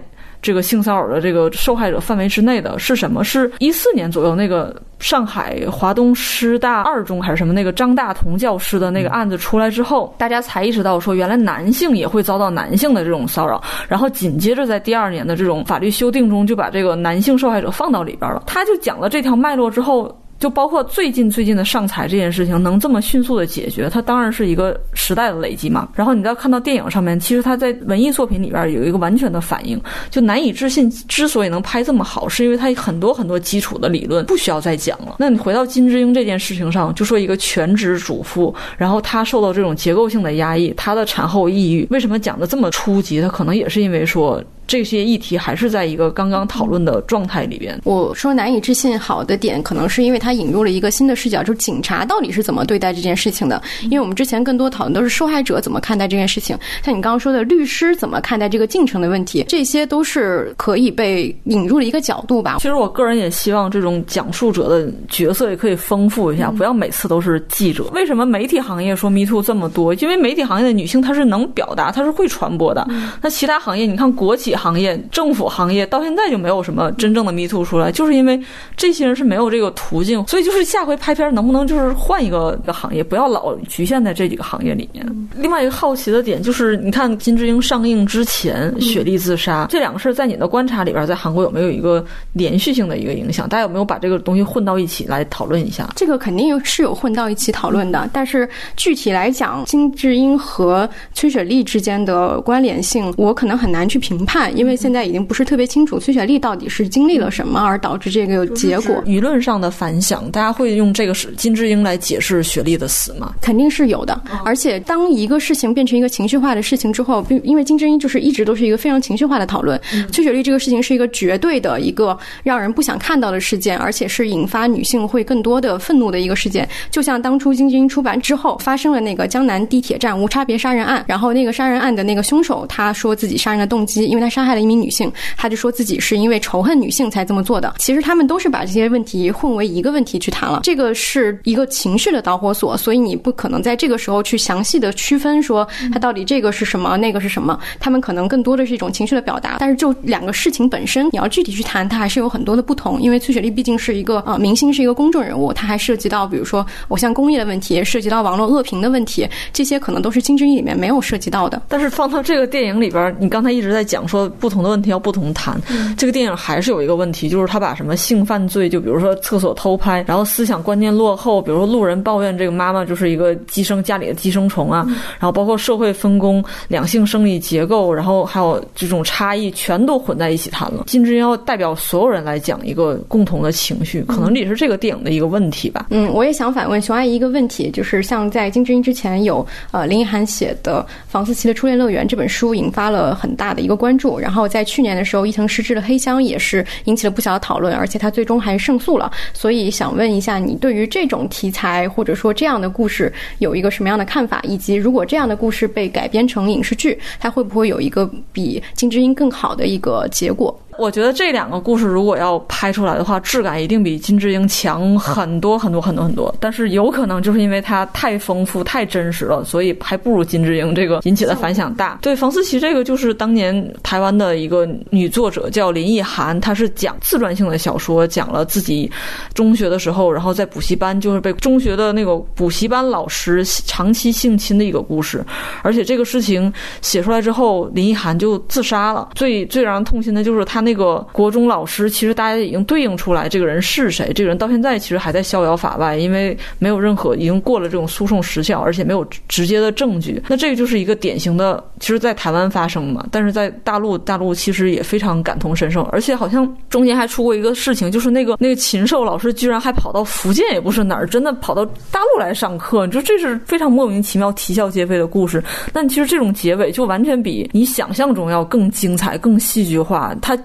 这个性骚扰的这个受害者范围之内的是什么？是14年左右那个上海华东师大2中还是什么那个张大同教师的那个案子出来之后，大家才意识到说原来男性也会遭到男性的这种骚扰，然后紧接着在第2年的这种法律修订中就把这个男性受害者放到里边了。他就讲了这条脉络之后，就包括最近的上财这件事情能这么迅速的解决，它当然是一个时代的累积嘛。然后你再看到电影上面，其实它在文艺作品里边有一个完全的反应，就难以置信之所以能拍这么好，是因为它很多基础的理论不需要再讲了。那你回到金智英这件事情上，就说一个全职主妇，然后她受到这种结构性的压抑，她的产后抑郁，为什么讲的这么初级？她可能也是因为说这些议题还是在一个刚刚讨论的状态里边。 我说难以置信好的点，可能是因为它引入了一个新的视角，就是警察到底是怎么对待这件事情的。因为我们之前更多讨论都是受害者怎么看待这件事情，像你刚刚说的律师怎么看待这个进程的问题，这些都是可以被引入的一个角度吧。 其实我个人也希望这种讲述者的角色也可以丰富一下，不要每次都是记者。为什么媒体行业说 MeToo 这么多？因为媒体行业的女性她是能表达，她是会传播的。那其他行业，你看国企行业、政府行业到现在就没有什么真正的 MeToo 出来，就是因为这些人是没有这个途径。所以就是下回拍片能不能就是换一个行业，不要老局限在这几个行业里面。另外一个好奇的点就是，你看金智英上映之前雪莉自杀，这两个事在你的观察里边，在韩国有没有一个连续性的一个影响？大家有没有把这个东西混到一起来讨论一下？ 这个肯定是有混到一起讨论的，但是具体来讲，金智英和崔雪莉之间的关联性，我可能很难去评判，因为现在已经不是特别清楚崔雪莉到底是经历了什么而导致这个结果。 舆论上的反响，大家会用这个金智英来解释雪莉的死吗？ 肯定是有的。而且当一个事情变成一个情绪化的事情之后，因为金智英就是一直都是一个非常情绪化的讨论，崔雪莉这个事情是一个绝对的一个让人不想看到的事件，而且是引发女性会更多的愤怒的一个事件。就像当初金智英出版之后发生了那个江南地铁站无差别杀人案，然后那个杀人案的那个凶手他说自己杀人的动机，因为他杀害了一名女性，他就说自己是因为仇恨女性才这么做的。其实他们都是把这些问题混为一个问题去谈了，这个是一个情绪的导火索，所以你不可能在这个时候去详细的区分说他到底这个是什么那个是什么，他们可能更多的是一种情绪的表达。但是就两个事情本身你要具体去谈，它还是有很多的不同。因为崔雪莉毕竟是一个明星，是一个公众人物，它还涉及到比如说偶像工业的问题，涉及到网络恶评的问题，这些可能都是金智英里面没有涉及到的。 但是放到这个电影里边，你刚才一直在讲说不同的问题要不同谈，这个电影还是有一个问题，就是他把什么性犯罪，就比如说厕所偷拍，然后思想观念落后，比如说路人抱怨这个妈妈就是一个家里的寄生虫啊，然后包括社会分工、两性生理结构，然后还有这种差异全都混在一起谈了。金智英要代表所有人来讲一个共同的情绪，可能这也是这个电影的一个问题吧。 我也想反问熊阿姨一个问题，就是像在金智英之前有林奕含写的房思琪的初恋乐园这本书引发了很大的一个关注，然后在去年的时候伊藤诗织的黑箱也是引起了不小的讨论，而且他最终还胜诉了。所以想问一下，你对于这种题材或者说这样的故事有一个什么样的看法，以及如果这样的故事被改编成影视剧，它会不会有一个比金智英更好的一个结果？ 我觉得这两个故事如果要拍出来的话，质感一定比金智英强很多很多很多很多，但是有可能就是因为它太丰富太真实了，所以还不如金智英这个引起的反响大。对，房思琪这个就是当年台湾的一个女作者叫林奕含，她是讲自传性的小说，讲了自己中学的时候，然后在补习班就是被中学的那个补习班老师长期性侵的一个故事。而且这个事情写出来之后，林奕含就自杀了。最让人痛心的就是她那个国中老师，其实大家已经对应出来这个人是谁，这个人到现在其实还在逍遥法外，因为没有任何已经过了这种诉讼时效，而且没有直接的证据。那这个就是一个典型的，其实在台湾发生嘛，但是在大陆其实也非常感同身受，而且好像中间还出过一个事情，就是那个禽兽老师居然还跑到福建也不是哪儿，真的跑到大陆来上课，就这是非常莫名其妙啼笑皆非的故事。但其实这种结尾就完全比你想象中要更精彩更戏剧化，它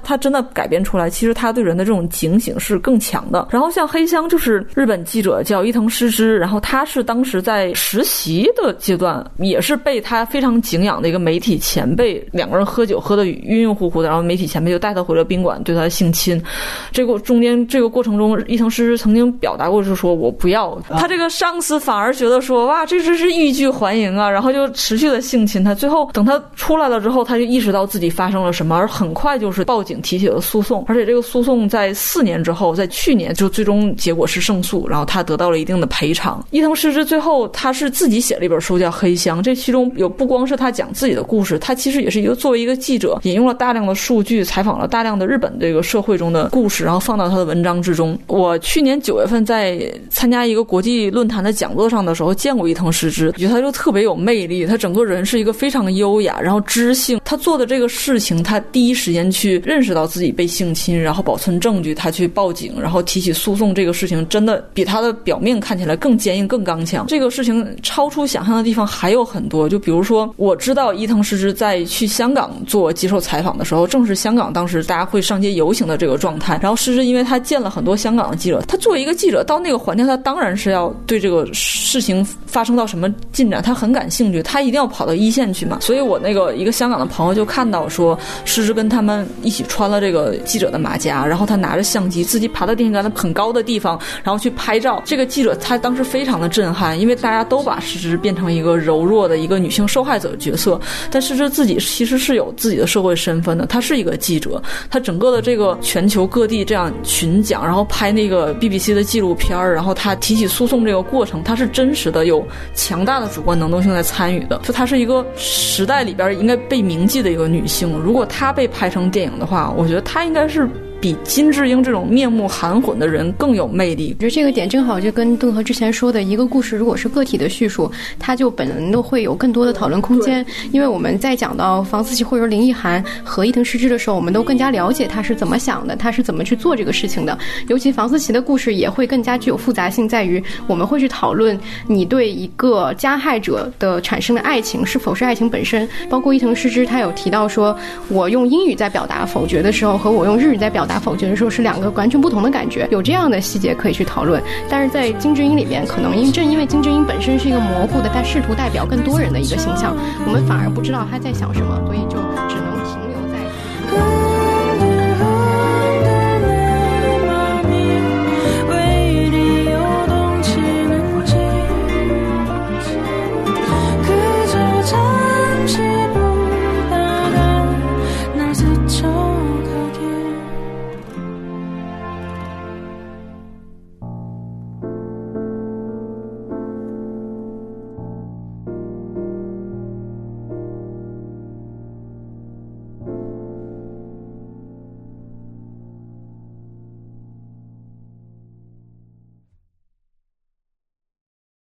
它真的改编出来，其实它对人的这种警醒是更强的。然后像黑箱就是日本记者叫伊藤诗织，然后他是当时在实习的阶段，也是被他非常敬仰的一个媒体前辈，两个人喝酒喝得晕晕乎乎的，然后媒体前辈就带他回了宾馆，对他性侵。这个中间这个过程中，伊藤诗织曾经表达过，就是说我不要。他这个上司反而觉得说哇，这真是欲拒还迎啊，然后就持续的性侵他。最后等他出来了之后，他就意识到自己发生了什么，而很快就是报警提起了诉讼，而且这个诉讼在4年之后，在去年就最终结果是胜诉，然后他得到了一定的赔偿。伊藤诗织最后他是自己写了一本书叫《黑箱》，这其中有不光是他讲自己的故事，他其实也是作为一个记者，引用了大量的数据，采访了大量的日本这个社会中的故事，然后放到他的文章之中。我去年9月份在参加一个国际论坛的讲座上的时候见过伊藤诗织，觉得他就特别有魅力，他整个人是一个非常优雅然后知性，他做的这个事情，他第一时间去认识到自己被性侵，然后保存证据，他去报警，然后提起诉讼，这个事情真的比他的表面看起来更坚硬更刚强。这个事情超出想象的地方还有很多，就比如说我知道伊藤诗织在去香港接受采访的时候，正是香港当时大家会上街游行的这个状态，然后诗织因为他见了很多香港的记者，他作为一个记者到那个环境，他当然是要对这个事情发生到什么进展他很感兴趣，他一定要跑到一线去嘛。所以我那个一个香港的朋友就看到说诗织跟他们一起穿了这个记者的马甲，然后他拿着相机自己爬到电线杆很高的地方，然后去拍照。这个记者他当时非常的震撼，因为大家都把诗织变成一个柔弱的一个女性受害者角色，但诗织自己其实是有自己的社会身份的，她是一个记者，她整个的这个全球各地这样巡讲，然后拍那个 BBC 的纪录片，然后她提起诉讼这个过程，她是真实的有强大的主观能动性在参与的，就她是一个时代里边应该被铭记的一个女性。如果她被拍成电影的话，我觉得她应该是比金智英这种面目含混的人更有魅力。 我觉得这个点正好就跟邓和之前说的，一个故事如果是个体的叙述，它就本能的会有更多的讨论空间。因为我们在讲到房思琪或者林奕含和伊藤诗织的时候，我们都更加了解他是怎么想的，他是怎么去做这个事情的。尤其房思琪的故事也会更加具有复杂性，在于我们会去讨论你对一个加害者的产生的爱情是否是爱情本身。包括伊藤诗织他有提到说，我用英语在表达否决的时候和我用日语在表达否决的时候是两个完全不同的感觉，有这样的细节可以去讨论。但是在金智英里面，可能因为金智英本身是一个模糊的，但试图代表更多人的一个形象，我们反而不知道他在想什么，所以就